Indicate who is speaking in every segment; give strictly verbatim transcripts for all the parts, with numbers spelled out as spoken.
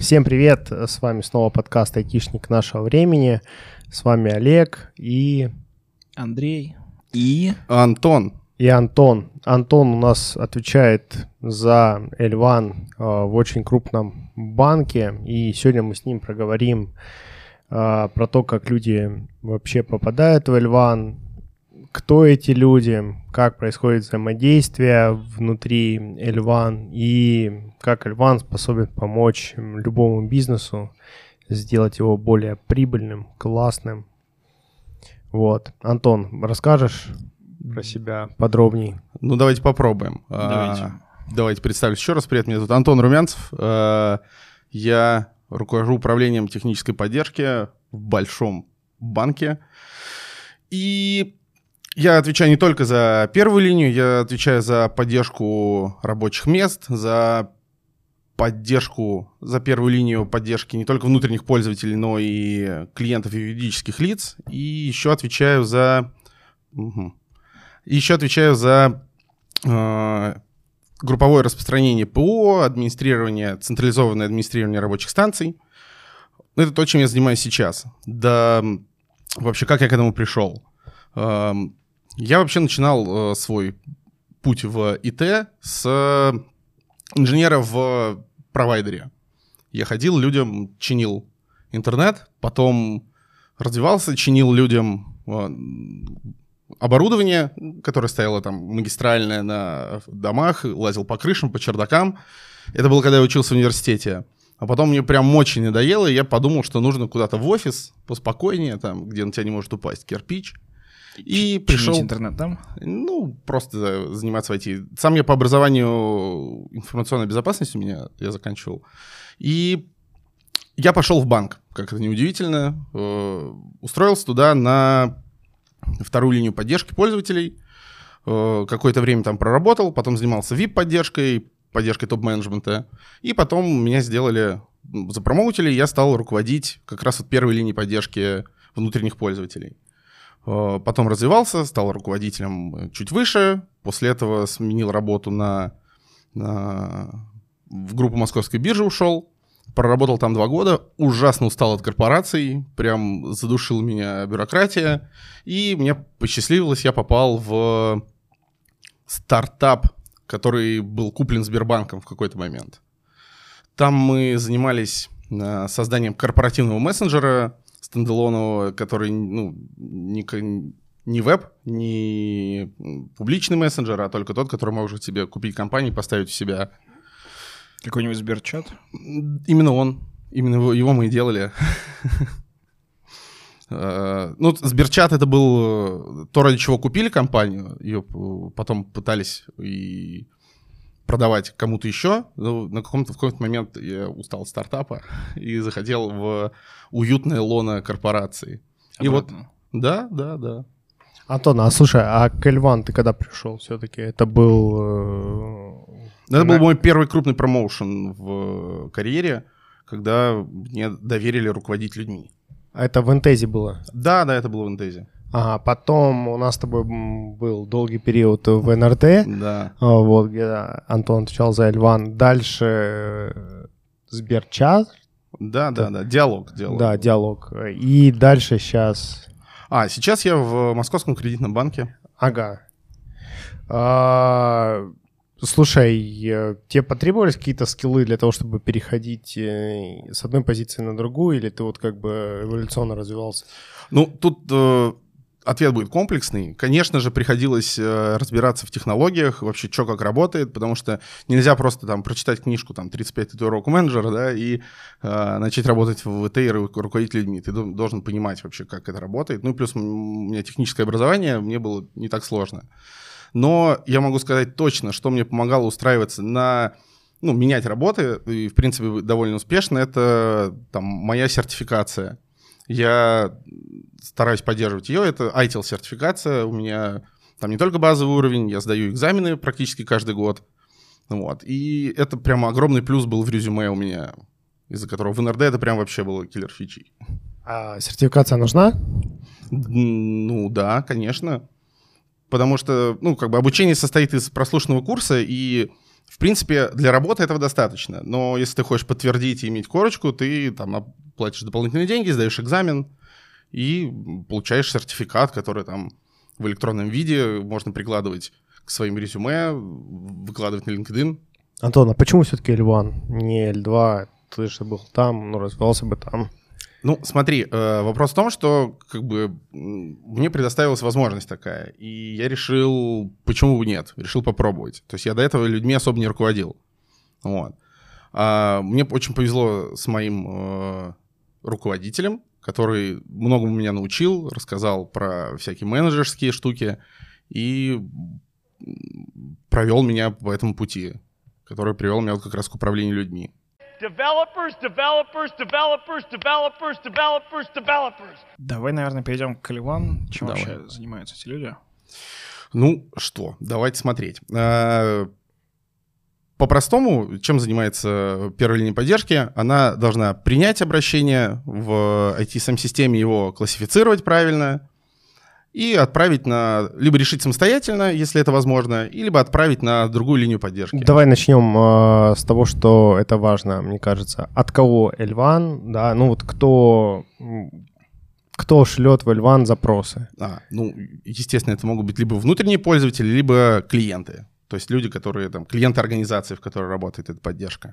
Speaker 1: Всем привет, с вами снова подкаст «Айтишник нашего времени». С вами Олег и...
Speaker 2: Андрей и...
Speaker 3: Антон.
Speaker 1: И Антон. Антон у нас отвечает за эль ван э, в очень крупном банке. И сегодня мы с ним проговорим э, про то, как люди вообще попадают в эль ван, кто эти люди, как происходит взаимодействие внутри эль ван и как эль ван способен помочь любому бизнесу сделать его более прибыльным, классным. Вот. Антон, расскажешь про себя подробнее?
Speaker 3: Ну, давайте попробуем.
Speaker 2: Давайте.
Speaker 3: А, давайте представлюсь еще раз. Привет, меня зовут Антон Румянцев. А, я руковожу управлением технической поддержки в большом банке. И я отвечаю не только за первую линию, я отвечаю за поддержку рабочих мест, за поддержку, за первую линию поддержки не только внутренних пользователей, но и клиентов и юридических лиц. И еще отвечаю за... Угу. И еще отвечаю за э, групповое распространение ПО, администрирование, централизованное администрирование рабочих станций. Это то, чем я занимаюсь сейчас. Да, вообще, как я к этому пришел? Э, я вообще начинал э, свой путь в ИТ с инженера в провайдере. Я ходил, людям чинил интернет, потом развивался, чинил людям э, оборудование, которое стояло там магистральное на домах, лазил по крышам, по чердакам. Это было, когда я учился в университете. А потом мне прям очень надоело, и я подумал, что нужно куда-то в офис поспокойнее, там, где на тебя не может упасть кирпич. И
Speaker 2: Ч-
Speaker 3: пришел...
Speaker 2: интернет там?
Speaker 3: Ну, просто заниматься в ай ти. Сам я по образованию информационной безопасности у меня, я заканчивал. И я пошел в банк, как это неудивительно. Э, устроился туда на вторую линию поддержки пользователей. Э, какое-то время там проработал, потом занимался ви ай пи-поддержкой, поддержкой топ-менеджмента. И потом меня сделали запромоутили, я стал руководить как раз вот первой линией поддержки внутренних пользователей. Потом развивался, стал руководителем чуть выше. После этого сменил работу на, на... в группу Московской биржи ушел. Проработал там два года. Ужасно устал от корпораций. Прям задушила меня бюрократия. И мне посчастливилось, я попал в стартап, который был куплен Сбербанком в какой-то момент. Там мы занимались созданием корпоративного мессенджера, стендалонового, который, ну, не, не веб, не публичный мессенджер, а только тот, который может себе купить компанию и поставить у себя.
Speaker 2: Какой-нибудь Сберчат?
Speaker 3: Именно он. Именно его мы и делали. Ну, Сберчат — это был то, ради чего купили компанию. Ее потом пытались и продавать кому-то еще. Но на каком-то, в какой-то момент я устал от стартапа и захотел в уютное лоно корпорации. И вот, да, да, да.
Speaker 1: Антон, а слушай, а к эль ван ты когда пришел все-таки? Это был...
Speaker 3: Это был мой первый крупный промоушен в карьере, когда мне доверили руководить людьми.
Speaker 1: А это в Интезе было?
Speaker 3: Да, да, это было в Интезе.
Speaker 1: Ага, потом у нас с тобой был долгий период в эн эр тэ,
Speaker 3: да.
Speaker 1: Вот, где Антон отвечал за эль ван. Дальше Сберчат.
Speaker 3: Да, да, да, диалог, диалог.
Speaker 1: Да, диалог. И дальше сейчас...
Speaker 3: А, сейчас я в Московском кредитном банке.
Speaker 1: Ага. А, слушай, тебе потребовались какие-то скиллы для того, чтобы переходить с одной позиции на другую, или ты вот как бы эволюционно развивался?
Speaker 3: Ну, тут э, ответ будет комплексный. Конечно же, приходилось э, разбираться в технологиях, вообще, что как работает, потому что нельзя просто там прочитать книжку там тридцать пять татуировок у менеджера, да, и э, начать работать в ИТ и руководить людьми. Ты должен понимать вообще, как это работает. Ну и плюс у меня техническое образование, мне было не так сложно. Но я могу сказать точно, что мне помогало устраиваться на... Ну, менять работы, и, в принципе, довольно успешно, это там моя сертификация. Я стараюсь поддерживать ее. Это ай ти эл-сертификация. У меня там не только базовый уровень, я сдаю экзамены практически каждый год. Вот. И это прямо огромный плюс был в резюме у меня, из-за которого в эн эр дэ это прям вообще было киллер-фичей.
Speaker 1: А сертификация нужна?
Speaker 3: Ну да, конечно. Потому что, ну, как бы обучение состоит из прослушанного курса, и В принципе, для работы этого достаточно, но если ты хочешь подтвердить и иметь корочку, ты там платишь дополнительные деньги, сдаешь экзамен и получаешь сертификат, который там в электронном виде можно прикладывать к своим резюме, выкладывать на LinkedIn.
Speaker 1: Антон, а почему все-таки эл один, не эл два? Ты же был там, ну, развивался бы там.
Speaker 3: Ну, смотри, э, вопрос в том, что как бы мне предоставилась возможность такая, и я решил, почему бы нет, решил попробовать. То есть я до этого людьми особо не руководил. Вот. А мне очень повезло с моим э, руководителем, который многому меня научил, рассказал про всякие менеджерские штуки и провел меня по этому пути, который привел меня вот как раз к управлению людьми.
Speaker 2: Developers, developers, developers, developers, developers, developers. Давай, наверное, перейдем к эл один. Чем
Speaker 3: Давай.
Speaker 2: вообще занимаются эти люди?
Speaker 3: Ну что, давайте смотреть. По-простому, чем занимается первая линия поддержки? Она должна принять обращение в ай ти эс эм-системе, его классифицировать правильно и отправить на... Либо решить самостоятельно, если это возможно, либо отправить на другую линию поддержки.
Speaker 1: Давай начнем э, с того, что это важно, мне кажется. От кого эл один, да, ну вот кто... Кто шлет в эл один запросы?
Speaker 3: А, ну, естественно, это могут быть либо внутренние пользователи, либо клиенты. То есть люди, которые там, клиенты организации, в которой работает эта поддержка.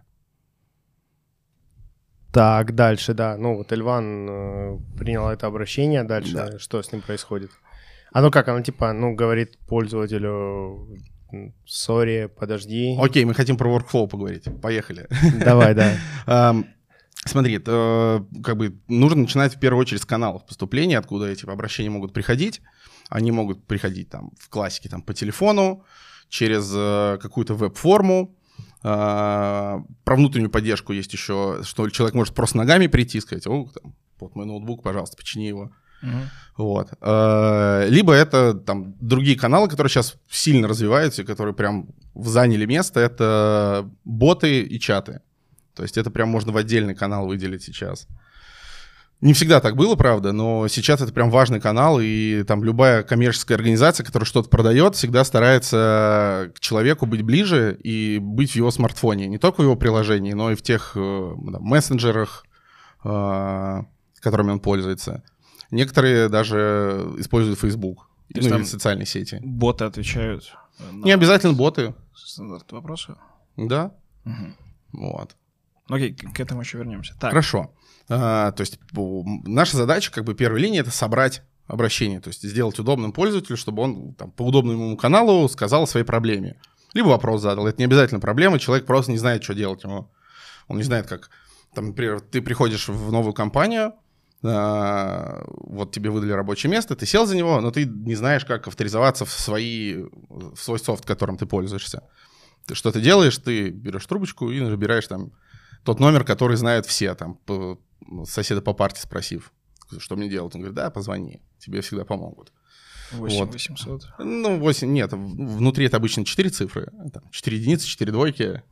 Speaker 1: Так, дальше, да. Ну вот эл один э, принял это обращение, дальше
Speaker 3: Да.
Speaker 1: что с ним происходит? Оно как, оно типа, ну, говорит пользователю, сори, подожди.
Speaker 3: Окей, мы хотим про workflow поговорить. Поехали.
Speaker 1: Давай, да.
Speaker 3: Um, Смотри, это, как бы нужно начинать в первую очередь с каналов поступления, откуда эти обращения могут приходить. Они могут приходить там в классике там, по телефону, через э, какую-то веб-форму. Э, про внутреннюю поддержку есть еще, что человек может просто ногами прийти и сказать: о, там, вот мой ноутбук, пожалуйста, почини его. Uh-huh. Вот. Э, либо это там другие каналы, которые сейчас сильно развиваются, и которые прям заняли место, это боты и чаты. То есть это прям можно в отдельный канал выделить сейчас. Не всегда так было, правда, но сейчас это прям важный канал, и там любая коммерческая организация, которая что-то продает, всегда старается к человеку быть ближе и быть в его смартфоне. Не только в его приложении, но и в тех да, мессенджерах, которыми он пользуется. Некоторые даже используют Facebook, ну или социальные сети.
Speaker 2: Боты отвечают на...
Speaker 3: Не обязательно боты.
Speaker 2: Стандарт вопроса?
Speaker 3: Да.
Speaker 2: Угу.
Speaker 3: Вот.
Speaker 2: Окей, к этому еще вернемся. Так.
Speaker 3: Хорошо. А, то есть наша задача, как бы первой линии, это собрать обращение, то есть сделать удобным пользователю, чтобы он там, по удобному ему каналу сказал о своей проблеме. Либо вопрос задал. Это не обязательно проблема, человек просто не знает, что делать ему. Он не знает, как... Там, например, ты приходишь в новую компанию, а, вот тебе выдали рабочее место, ты сел за него, но ты не знаешь, как авторизоваться в, свои, в свой софт, которым ты пользуешься. Ты, что ты делаешь? Ты берешь трубочку и набираешь там тот номер, который знают все, там, по, соседа по парте спросив, что мне делать. Он говорит: да, позвони, тебе всегда помогут.
Speaker 2: восемь восемьсот. Вот.
Speaker 3: Ну, восемь, нет, внутри это обычно четыре цифры, там, четыре единицы, четыре двойки.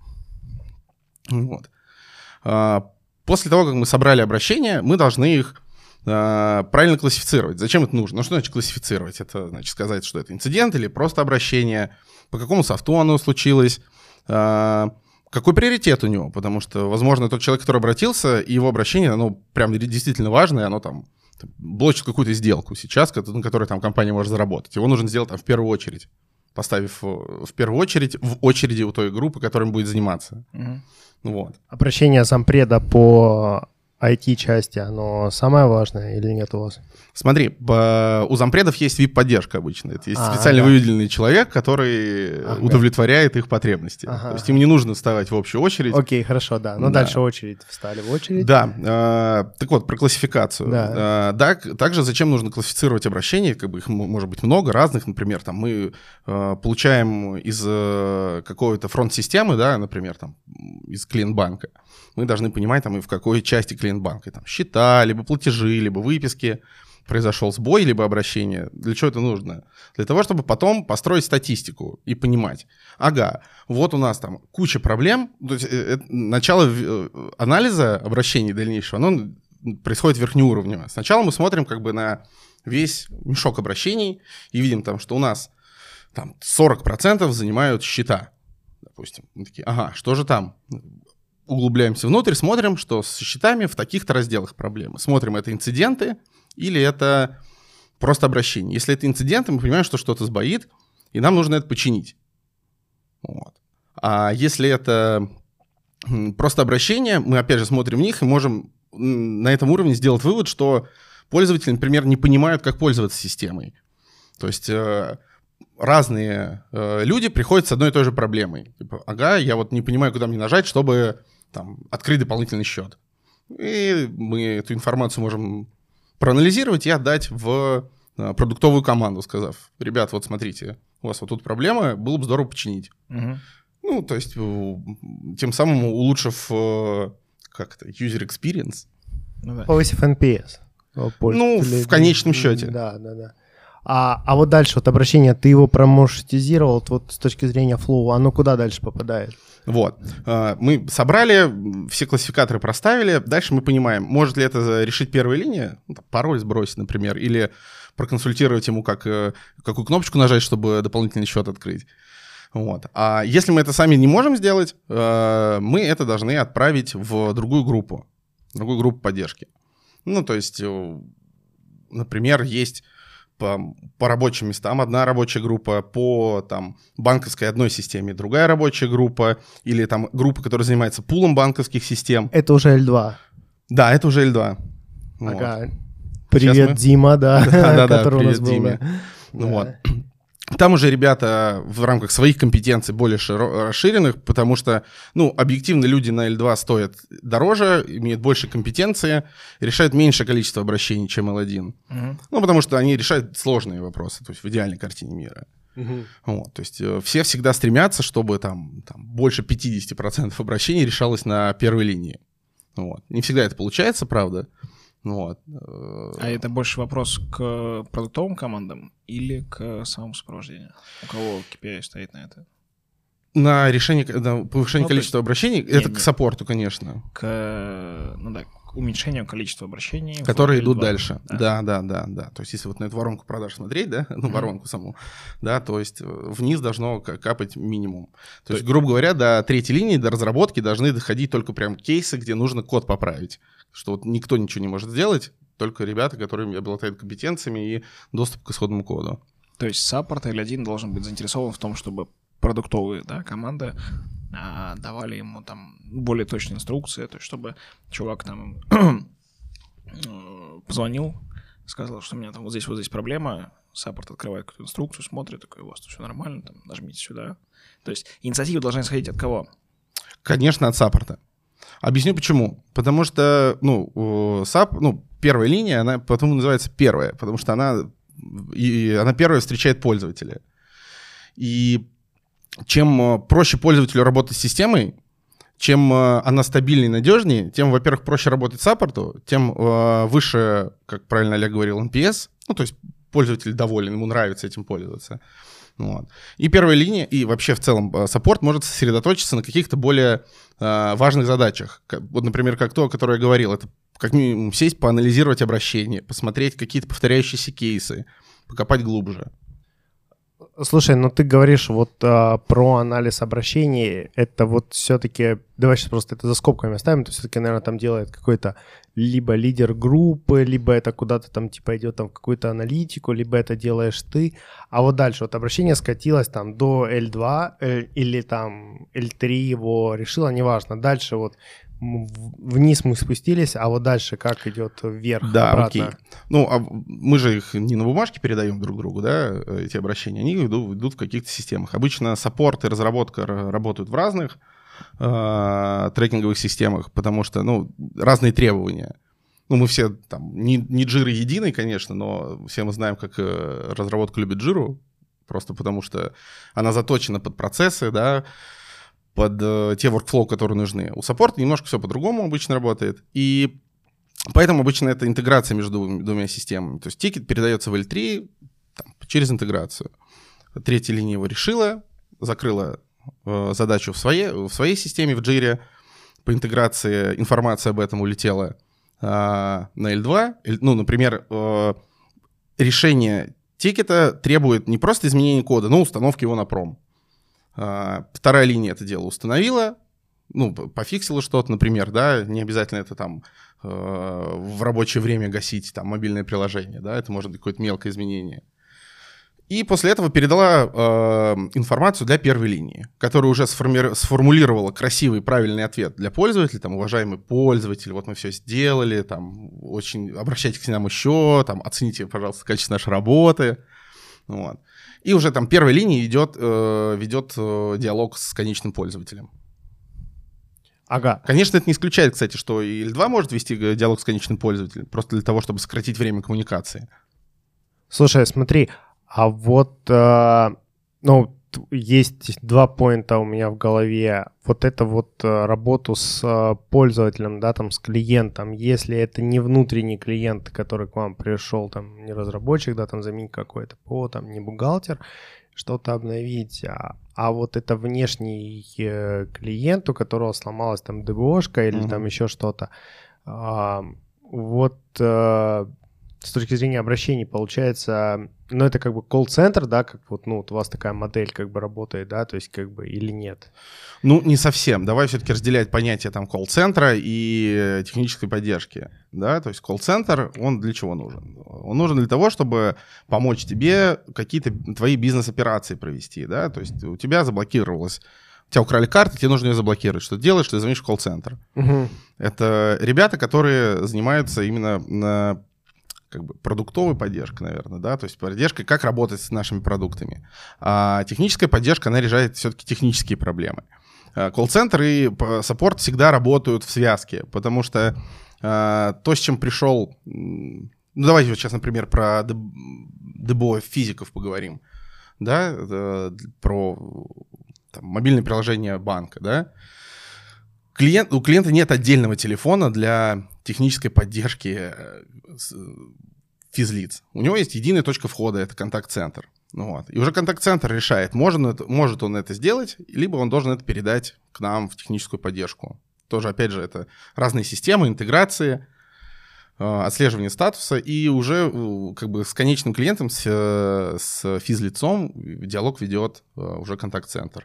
Speaker 3: Вот. А, после того, как мы собрали обращения, мы должны их а, правильно классифицировать. Зачем это нужно? Ну, что значит классифицировать? Это значит сказать, что это инцидент или просто обращение, по какому софту оно случилось, а, какой приоритет у него, потому что, возможно, тот человек, который обратился, и его обращение, оно прям действительно важное, оно там, там блочит какую-то сделку сейчас, на которой там компания может заработать. Его нужно сделать там в первую очередь, поставив в первую очередь в очереди у той группы, которой он будет заниматься.
Speaker 2: Угу.
Speaker 3: Вот.
Speaker 1: Обращение зампреда по ай ти-части, оно самое важное или нет у вас?
Speaker 3: Смотри, по, у зампредов есть ви ай пи-поддержка обычно. Это есть
Speaker 1: а,
Speaker 3: специально
Speaker 1: да.
Speaker 3: выведенный человек, который ага. удовлетворяет их потребности.
Speaker 1: Ага.
Speaker 3: То есть им не нужно вставать в общую очередь.
Speaker 1: Окей, хорошо, да. Ну, да. Дальше очередь. Встали в очередь.
Speaker 3: Да. Э, так вот, про классификацию.
Speaker 1: Да.
Speaker 3: Э, да, также зачем нужно классифицировать обращения? Как бы их может быть много разных. Например, там, мы э, получаем из э, какой-то фронт-системы, да, например, там, из клиент-банка. Мы должны понимать, там, и в какой части клиент-банка. Там, счета, либо платежи, либо выписки. Произошел сбой, либо обращение. Для чего это нужно? Для того, чтобы потом построить статистику и понимать. Ага, вот у нас там куча проблем. То есть, это, начало анализа обращений дальнейшего, оно происходит верхнеуровнево. Сначала мы смотрим как бы на весь мешок обращений и видим там, что у нас там сорок процентов занимают счета. допустим. Мы такие, ага, что же там? Углубляемся внутрь, смотрим, что с счетами в таких-то разделах проблемы. Смотрим, это инциденты или это просто обращение. Если это инциденты, мы понимаем, что что-то сбоит, и нам нужно это починить. Вот. А если это просто обращение, мы опять же смотрим в них и можем на этом уровне сделать вывод, что пользователи, например, не понимают, как пользоваться системой. То есть э, разные э, люди приходят с одной и той же проблемой. Типа, ага, я вот не понимаю, куда мне нажать, чтобы там, открыть дополнительный счет. И мы эту информацию можем проанализировать и отдать в э, продуктовую команду, сказав, ребят, вот смотрите, у вас вот тут проблема, было бы здорово починить. Угу. Ну, то есть тем самым улучшив э, как это, user experience.
Speaker 1: Ну, да. Повысив эн пи эс.
Speaker 3: Ну, в конечном счете.
Speaker 1: Да, да, да. А, а вот дальше, вот обращение, ты его промаршрутизировал, вот с точки зрения флоу, оно куда дальше попадает?
Speaker 3: Вот. Мы собрали, все классификаторы проставили, дальше мы понимаем, может ли это решить первая линия, пароль сбросить, например, или проконсультировать ему, как, какую кнопочку нажать, чтобы дополнительный счет открыть. Вот. А если мы это сами не можем сделать, мы это должны отправить в другую группу, в другую группу поддержки. Ну, то есть, например, есть по, по рабочим местам одна рабочая группа, по там, банковской одной системе другая рабочая группа, или там группа, которая занимается пулом банковских систем.
Speaker 1: Это уже эл два.
Speaker 3: Да, это уже эл два.
Speaker 1: Ага. Вот. Привет, мы... Дима, да,
Speaker 3: да, да, который привет, у нас был. Диме. Да. Вот. Там уже ребята в рамках своих компетенций более широ- расширенных, потому что, ну, объективно люди на эл два стоят дороже, имеют больше компетенции, решают меньшее количество обращений, чем эл один. Uh-huh. Ну, потому что они решают сложные вопросы, то есть в идеальной картине мира. Uh-huh. Вот, то есть все всегда стремятся, чтобы там, там больше пятьдесят процентов обращений решалось на первой линии. Вот. Не всегда это получается, правда. Вот.
Speaker 2: А это больше вопрос к продуктовым командам или к самому сопровождению? У кого кей пи ай стоит на это?
Speaker 3: На решение, на повышение ну, количества есть... обращений, нет, это нет. К саппорту, конечно.
Speaker 2: К, ну да, к уменьшению количества обращений.
Speaker 3: Которые идут дальше. Да. да, да, да, да. То есть если вот на эту воронку продаж смотреть, да, ну mm-hmm. воронку саму, да, то есть вниз должно капать минимум. То, то есть, грубо говоря, до третьей линии, до разработки должны доходить только прям кейсы, где нужно код поправить. Что вот никто ничего не может сделать, только ребята, которые обладают компетенциями и доступ к исходному коду.
Speaker 2: То есть саппорт эл один должен быть заинтересован в том, чтобы продуктовые, да, команды а, давали ему там более точные инструкции, то есть чтобы чувак там позвонил, сказал, что у меня там вот здесь вот здесь проблема, саппорт открывает какую-то инструкцию, смотрит, такой, у вас тут все нормально, там, нажмите сюда. То есть инициатива должна исходить от кого?
Speaker 3: Конечно, от саппорта. Объясню почему. Потому что, ну, сап, ну, первая линия, она потому называется первая, потому что она, и она первая встречает пользователя. И чем проще пользователю работать с системой, чем она стабильнее и надежнее, тем, во-первых, проще работать саппорту, тем выше, как правильно Олег говорил, эн пи эс, ну, то есть пользователь доволен, ему нравится этим пользоваться. Вот. И первая линия, и вообще в целом саппорт может сосредоточиться на каких-то более э, важных задачах. Вот, например, как то, о котором я говорил, это как минимум сесть, поанализировать обращения, посмотреть какие-то повторяющиеся кейсы, покопать глубже.
Speaker 1: Слушай, ну ты говоришь вот а, про анализ обращений, это вот все-таки, давай сейчас просто это за скобками оставим, то все-таки, наверное, там делает какой-то либо лидер группы, либо это куда-то там типа идет там в какую-то аналитику, либо это делаешь ты, а вот дальше вот обращение скатилось там до эл два э, или там эл три его решило, неважно, дальше вот вниз мы спустились, а вот дальше как идет вверх,
Speaker 3: да,
Speaker 1: обратно?
Speaker 3: Окей. Ну, а мы же их не на бумажке передаем друг другу, да, эти обращения, они идут, идут в каких-то системах. Обычно саппорт и разработка работают в разных э, трекинговых системах, потому что, ну, разные требования. Ну, мы все там, не, не Jira единый, конечно, но все мы знаем, как э, разработка любит Jira, просто потому что она заточена под процессы, да, под э, те workflow, которые нужны. У саппорта немножко все по-другому обычно работает, и поэтому обычно это интеграция между двумя, двумя системами. То есть тикет передается в эл три там, через интеграцию. Третья линия его решила, закрыла э, задачу в своей, в своей системе, в Jira. По интеграции информация об этом улетела э, на эл два. Ну, например, э, решение тикета требует не просто изменения кода, но установки его на пром. А, вторая линия это дело установила, ну, пофиксила что-то, например, да, не обязательно это там э, в рабочее время гасить там мобильное приложение, да, это может быть какое-то мелкое изменение. И после этого передала э, информацию для первой линии, которая уже сформи- сформулировала красивый правильный ответ для пользователя, там, уважаемый пользователь, вот мы все сделали, там, очень обращайтесь к нам еще, там, оцените, пожалуйста, качество нашей работы, вот. И уже там первой линии идет, э, ведет э, диалог с конечным пользователем.
Speaker 1: Ага.
Speaker 3: Конечно, это не исключает, кстати, что и эль два может вести диалог с конечным пользователем, просто для того, чтобы сократить время коммуникации.
Speaker 1: Слушай, смотри, а вот, э, ну, есть два поинта у меня в голове. Вот это вот э, работу с э, пользователем, да, там, с клиентом. Если это не внутренний клиент, который к вам пришел, там, не разработчик, да, там, заменить какой-то ПО, там, не бухгалтер, что-то обновить, а, а вот это внешний э, клиент, у которого сломалась там ДБОшка или uh-huh. там еще что-то. А, вот э, с точки зрения обращений получается, ну это как бы колл-центр, да, как вот, ну вот у вас такая модель как бы работает, да, то есть как бы или нет?
Speaker 3: Ну не совсем. Давай все-таки разделять понятие там колл-центра и технической поддержки, да, то есть колл-центр, он для чего нужен? Он нужен для того, чтобы помочь тебе какие-то твои бизнес-операции провести, да, то есть у тебя заблокировалось, у тебя украли карты, тебе нужно ее заблокировать. Что ты делаешь? Ты звонишь в колл-центр. Угу. Это ребята, которые занимаются именно на как бы продуктовой поддержкой, наверное, да, то есть поддержкой, как работать с нашими продуктами. А техническая поддержка, она решает все-таки технические проблемы. Колл-центр и саппорт всегда работают в связке, потому что а, то, с чем пришел... Ну, давайте вот сейчас, например, про ДБО физиков поговорим, да, про там, мобильное приложение банка, да. Клиент, у клиента нет отдельного телефона для технической поддержки физлиц. У него есть единая точка входа, это контакт-центр. Вот. И уже контакт-центр решает, может, может он это сделать, либо он должен это передать к нам в техническую поддержку. Тоже, опять же, это разные системы, интеграции, отслеживание статуса, и уже как бы с конечным клиентом, с, с физлицом диалог ведет уже контакт-центр.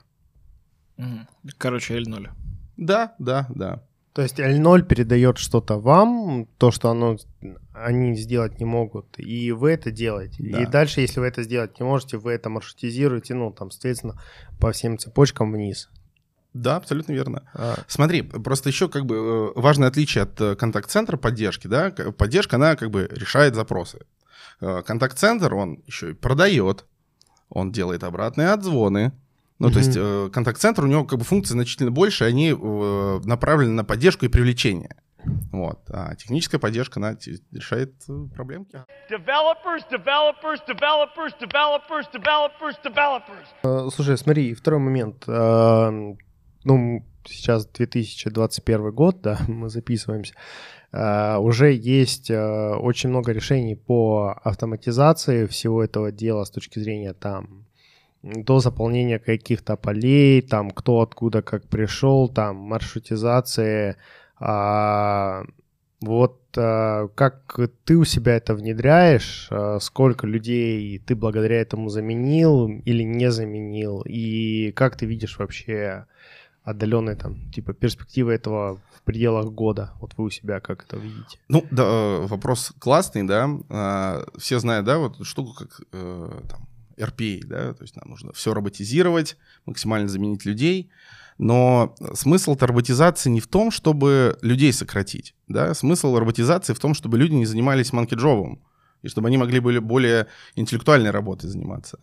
Speaker 2: Короче, эль ноль.
Speaker 3: Да, да, да.
Speaker 1: То есть эль ноль передает что-то вам, то, что оно, они сделать не могут, и вы это делаете. Да. И дальше, если вы это сделать не можете, вы это маршрутизируете, ну, там, соответственно, по всем цепочкам вниз.
Speaker 3: Да, абсолютно верно. А. Смотри, просто еще как бы важное отличие от контакт-центра поддержки, да, поддержка, она как бы решает запросы. Контакт-центр, он еще и продает, он делает обратные отзвоны. Ну, mm-hmm. то есть э, контакт-центр, у него как бы функции значительно больше, они э, направлены на поддержку и привлечение. Вот. А техническая поддержка, она решает э, проблемки. Developers, developers, developers,
Speaker 1: developers, developers, developers. Uh, слушай, смотри, второй момент. Uh, ну, сейчас две тысячи двадцать первый год, да, мы записываемся. Uh, уже есть uh, очень много решений по автоматизации всего этого дела с точки зрения там до заполнения каких-то полей, там кто откуда как пришел, там маршрутизация. А, вот а, как ты у себя это внедряешь, а, сколько людей ты благодаря этому заменил или не заменил, и как ты видишь вообще отдаленные там типа перспективы этого в пределах года? Вот вы у себя как это видите?
Speaker 3: Ну, да, вопрос классный, да. Все знают, да, вот штуку как там эр пи эй, да, то есть нам нужно все роботизировать, максимально заменить людей, но смысл-то роботизации не в том, чтобы людей сократить, да, смысл роботизации в том, чтобы люди не занимались манки-джобом, и чтобы они могли были более интеллектуальной работой заниматься.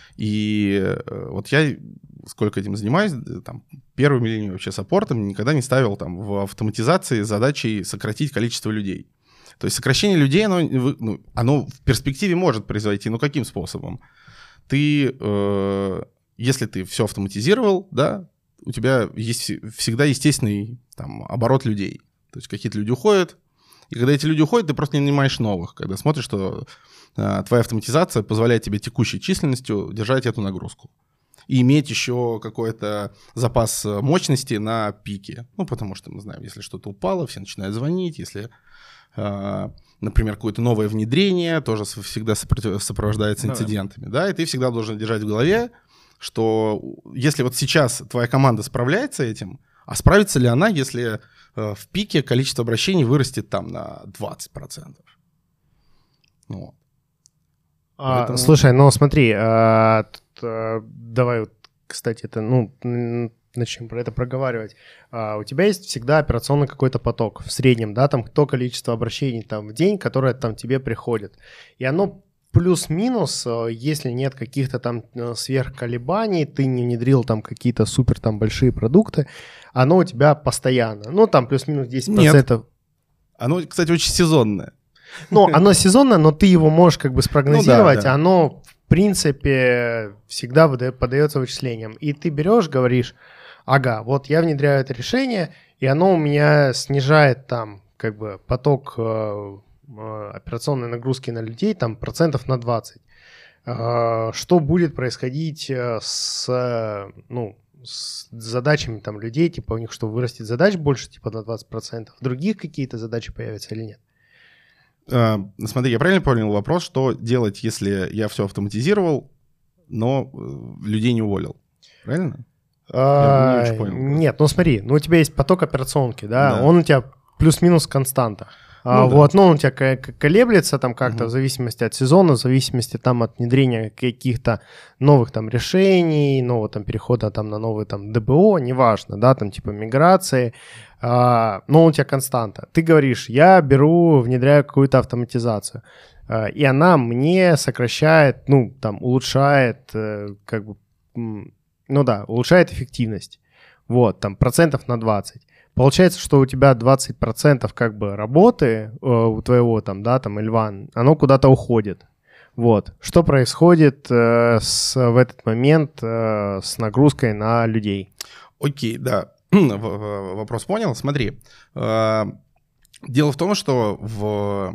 Speaker 3: И вот я, сколько этим занимаюсь, там, первыми линиями вообще саппортом никогда не ставил там в автоматизации задачей сократить количество людей. То есть сокращение людей, оно, ну, оно в перспективе может произойти, но каким способом? Ты, э, если ты все автоматизировал, да, у тебя есть всегда естественный там, оборот людей. То есть какие-то люди уходят, и когда эти люди уходят, ты просто не нанимаешь новых. Когда смотришь, что э, твоя автоматизация позволяет тебе текущей численностью держать эту нагрузку. И иметь еще какой-то запас мощности на пике. Ну, потому что мы знаем, если что-то упало, все начинают звонить, если... например, какое-то новое внедрение тоже всегда сопровождается инцидентами, да, и ты всегда должен держать в голове, что если вот сейчас твоя команда справляется этим, а справится ли она, если э, в пике количество обращений вырастет там на двадцать процентов? Вот.
Speaker 1: А,
Speaker 3: Поэтому...
Speaker 1: Слушай, ну смотри, а, тут, а, давай, вот, кстати, это, ну, начнем про это проговаривать. А, у тебя есть всегда операционный какой-то поток в среднем, да, там то количество обращений там в день, которое там тебе приходит. И оно плюс-минус, если нет каких-то там сверхколебаний, ты не внедрил там какие-то супер там большие продукты, оно у тебя постоянно. Ну, там плюс-минус десять процентов.
Speaker 3: Нет. Оно, кстати, очень сезонное.
Speaker 1: Ну, оно сезонное, но ты его можешь как бы спрогнозировать,
Speaker 3: ну, да, да.
Speaker 1: оно, в принципе, всегда выдает, подается вычислениям. И ты берешь, говоришь, ага, вот я внедряю это решение, и оно у меня снижает там как бы поток э, э, операционной нагрузки на людей там процентов на двадцать. Э, что будет происходить с, ну, с задачами там людей, типа у них что, вырастет задач больше типа на двадцать процентов? Других какие-то задачи появятся или нет?
Speaker 3: Uh, смотри, я правильно понял вопрос, что делать, если я все автоматизировал, но людей не уволил? Правильно?
Speaker 1: А, не очень понял. Нет, ну смотри, ну у тебя есть поток операционки, да, да. Он у тебя плюс-минус константа. Ну, а, да. Вот, но он у тебя колеблется там как-то угу. в зависимости от сезона, в зависимости там от внедрения каких-то новых там решений, нового там перехода там на новый там ДБО, неважно, да, там типа миграции, а, но у тебя константа. Ты говоришь, я беру, внедряю какую-то автоматизацию, а, и она мне сокращает, ну, там, улучшает, как бы, ну да, улучшает эффективность, вот, там, процентов на двадцать. Получается, что у тебя двадцать процентов как бы работы э, у твоего там, да, там, эль ван, оно куда-то уходит. Вот. Что происходит э, с, в этот момент э, с нагрузкой на людей?
Speaker 3: Окей, да. Вопрос понял. Смотри. Э, дело в том, что в,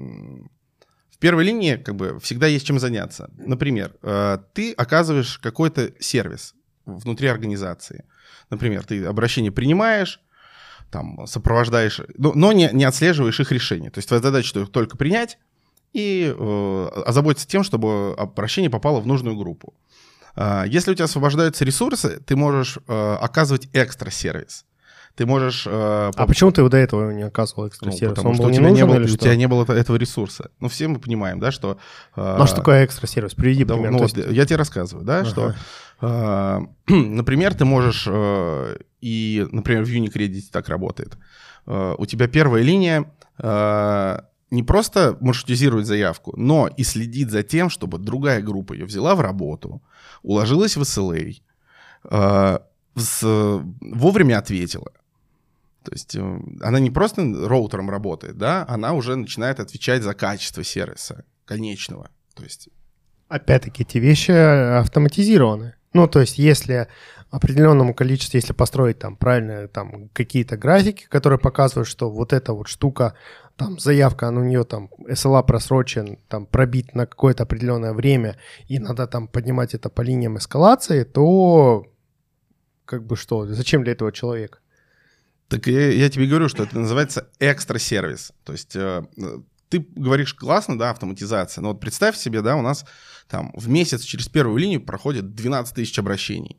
Speaker 3: в первой линии как бы всегда есть чем заняться. Например, э, ты оказываешь какой-то сервис внутри организации. Например, ты обращение принимаешь, там, сопровождаешь, но, но не, не отслеживаешь их решения. То есть твоя задача их только принять и э, озаботиться тем, чтобы обращение попало в нужную группу. Э, если у тебя освобождаются ресурсы, ты можешь э, оказывать экстра-сервис. Ты можешь... Э,
Speaker 1: а по... почему ты до этого не оказывал экстра-сервис?
Speaker 3: Ну, потому
Speaker 1: Он
Speaker 3: что
Speaker 1: был
Speaker 3: у
Speaker 1: не
Speaker 3: тебя,
Speaker 1: нужен,
Speaker 3: не было,
Speaker 1: или
Speaker 3: у
Speaker 1: что?
Speaker 3: тебя не было этого ресурса. Ну, все мы понимаем, да, что...
Speaker 1: Э, ну, а что такое экстра-сервис? Приведи
Speaker 3: да,
Speaker 1: пример.
Speaker 3: Ну,
Speaker 1: есть...
Speaker 3: вот, я тебе рассказываю, да, ага. что... Э, например, ты можешь... Э, и, например, в Unicredit так работает. Uh, у тебя первая линия uh, не просто маршрутизирует заявку, но и следит за тем, чтобы другая группа ее взяла в работу, уложилась в эс эл эй, uh, с, вовремя ответила. То есть uh, она не просто роутером работает, да, она уже начинает отвечать за качество сервиса конечного. То есть...
Speaker 1: Опять-таки, эти вещи автоматизированы. Ну, то есть, если определенному количеству, если построить там правильно там какие-то графики, которые показывают, что вот эта вот штука, там заявка, она у нее там эс эл эй просрочен, там пробит на какое-то определенное время, и надо там поднимать это по линиям эскалации, то как бы что, зачем для этого человек?
Speaker 3: Так я, я тебе говорю, что это называется экстра-сервис. То есть э, ты говоришь классно, да, автоматизация, но вот представь себе, да, у нас там в месяц через первую линию проходит двенадцать тысяч обращений.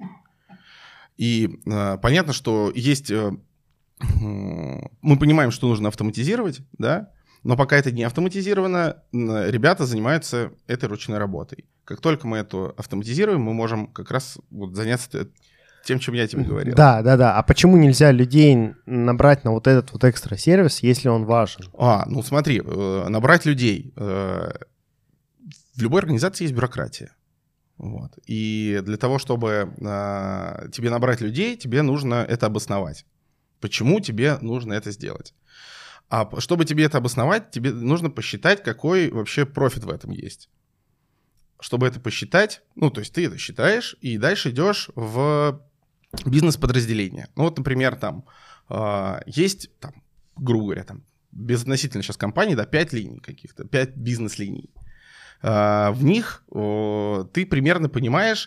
Speaker 3: И э, понятно, что есть... Э, э, мы понимаем, что нужно автоматизировать, да, но пока это не автоматизировано, э, ребята занимаются этой ручной работой. Как только мы это автоматизируем, мы можем как раз вот заняться тем, чем я тебе говорил.
Speaker 1: Да, да, да. А почему нельзя людей набрать на вот этот вот экстра-сервис, если он важен?
Speaker 3: А, ну смотри, э, набрать людей. Э, в любой организации есть бюрократия. Вот. И для того, чтобы э, тебе набрать людей, тебе нужно это обосновать. Почему тебе нужно это сделать? А чтобы тебе это обосновать, тебе нужно посчитать, какой вообще профит в этом есть. Чтобы это посчитать, ну, то есть ты это считаешь, и дальше идешь в бизнес-подразделение. Ну, вот, например, там э, есть, там, грубо говоря, там, безотносительно сейчас компании, да, пять линий каких-то, пять бизнес-линий. В них ты примерно понимаешь,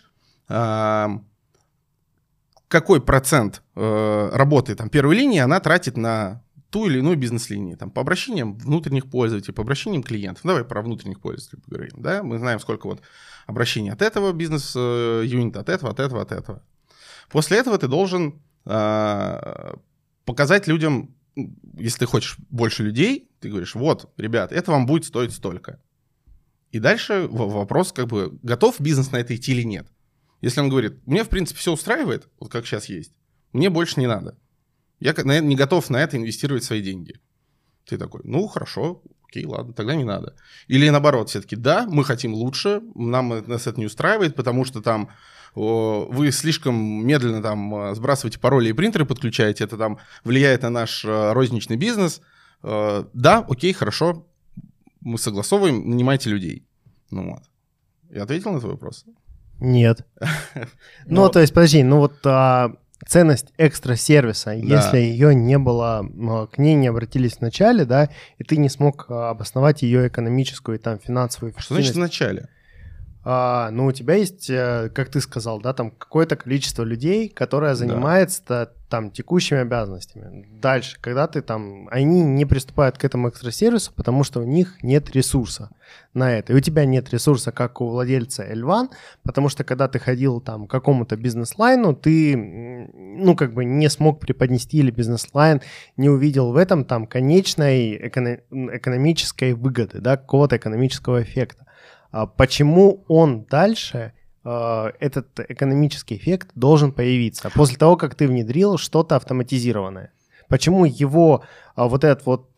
Speaker 3: какой процент работы там, первой линии она тратит на ту или иную бизнес-линию, там, по обращениям внутренних пользователей, по обращениям клиентов. Давай про внутренних пользователей поговорим, да? Мы знаем, сколько вот обращений от этого бизнес-юнита, от этого, от этого, от этого. После этого ты должен э, показать людям, если ты хочешь больше людей, ты говоришь, вот, ребят, это вам будет стоить столько. И дальше вопрос, как бы, готов бизнес на это идти или нет. Если он говорит, мне, в принципе, все устраивает, вот как сейчас есть, мне больше не надо. Я не готов на это инвестировать свои деньги. Ты такой, ну, хорошо, окей, ладно, тогда не надо. Или наоборот, все-таки, да, мы хотим лучше, нам нас это не устраивает, потому что там о, вы слишком медленно там сбрасываете пароли и принтеры подключаете, это там влияет на наш э, розничный бизнес. Э, да, окей, хорошо, мы согласовываем, нанимайте людей. Ну вот. Я ответил на твой вопрос?
Speaker 1: Нет. Ну, то есть, подожди, ну вот ценность экстра-сервиса, если ее не было, к ней не обратились в начале, да, и ты не смог обосновать ее экономическую и там финансовую эффективность.
Speaker 3: Что значит в начале?
Speaker 1: А, ну, у тебя есть, как ты сказал, да, там какое-то количество людей, которое занимается да. там текущими обязанностями. Дальше, когда ты там, они не приступают к этому экстрасервису, потому что у них нет ресурса на это. И у тебя нет ресурса, как у владельца эль ван, потому что когда ты ходил там к какому-то бизнес-лайну, ты, ну, как бы не смог преподнести или бизнес-лайн не увидел в этом там конечной эконом- экономической выгоды, да, какого-то экономического эффекта. Почему он дальше, этот экономический эффект должен появиться после того, как ты внедрил что-то автоматизированное? Почему его вот этот вот,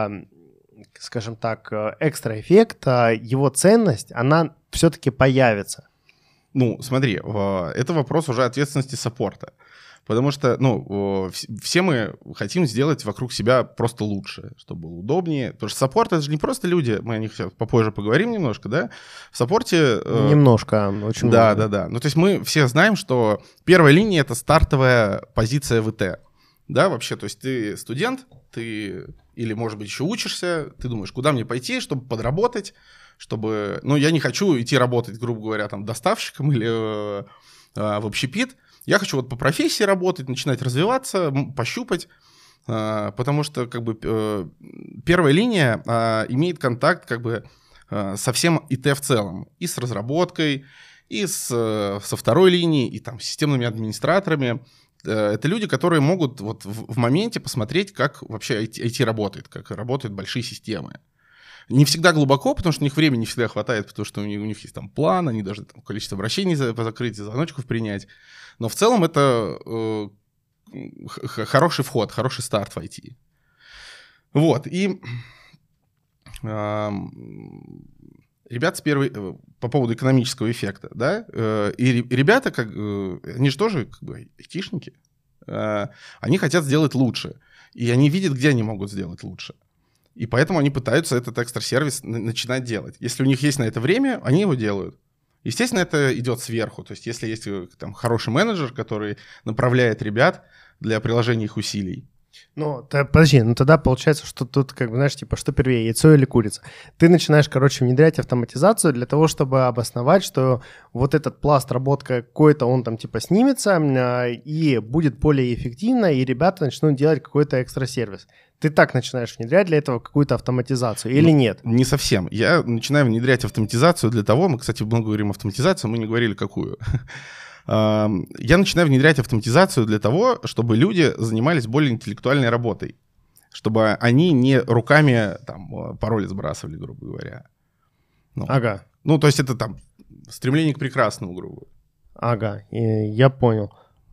Speaker 1: скажем так, экстра эффект, его ценность, она все-таки появится?
Speaker 3: Ну, смотри, это вопрос уже ответственности саппорта. Потому что, ну, все мы хотим сделать вокруг себя просто лучше, чтобы было удобнее. Потому что саппорт — это же не просто люди, мы о них сейчас попозже поговорим немножко, да? В саппорте...
Speaker 1: Немножко, очень
Speaker 3: Да,
Speaker 1: много.
Speaker 3: да, да. Ну, то есть мы все знаем, что первая линия — это стартовая позиция ВТ. Да, вообще, то есть ты студент, ты или, может быть, еще учишься, ты думаешь, куда мне пойти, чтобы подработать, чтобы... Ну, я не хочу идти работать, грубо говоря, там, доставщиком или э, э, в общепит. Я хочу вот по профессии работать, начинать развиваться, пощупать, потому что как бы первая линия имеет контакт как бы со всем ай ти в целом, и с разработкой, и с, со второй линией, и там с системными администраторами. Это люди, которые могут вот в, в моменте посмотреть, как вообще ай ти работает, как работают большие системы. Не всегда глубоко, потому что у них времени не всегда хватает, потому что у них, у них есть там план, они должны там количество обращений закрыть, звоночков принять. Но в целом это э, х- хороший вход, хороший старт в ай ти. Вот, и э, ребята с первой, э, по поводу экономического эффекта, да, э, и ребята, как, э, они же тоже как бы айтишники, э, они хотят сделать лучше, и они видят, где они могут сделать лучше. И поэтому они пытаются этот экстра-сервис начинать делать. Если у них есть на это время, они его делают. Естественно, это идет сверху. То есть если есть там хороший менеджер, который направляет ребят для приложения их усилий.
Speaker 1: Ну, то, подожди, ну тогда получается, что тут, как бы, знаешь, типа, что первее, яйцо или курица? Ты начинаешь, короче, внедрять автоматизацию для того, чтобы обосновать, что вот этот пласт работы какой-то, он там, типа, снимется и будет более эффективно, и ребята начнут делать какой-то экстра-сервис. Ты так начинаешь внедрять для этого какую-то автоматизацию или
Speaker 3: ну,
Speaker 1: нет?
Speaker 3: Не совсем. Я начинаю внедрять автоматизацию для того, мы, кстати, много говорим автоматизацию, мы не говорили, какую. Я начинаю внедрять автоматизацию для того, чтобы люди занимались более интеллектуальной работой, чтобы они не руками там пароли сбрасывали, грубо говоря. Ну,
Speaker 1: ага.
Speaker 3: Ну, то есть это там стремление к прекрасному, грубо говоря.
Speaker 1: Ага, я понял.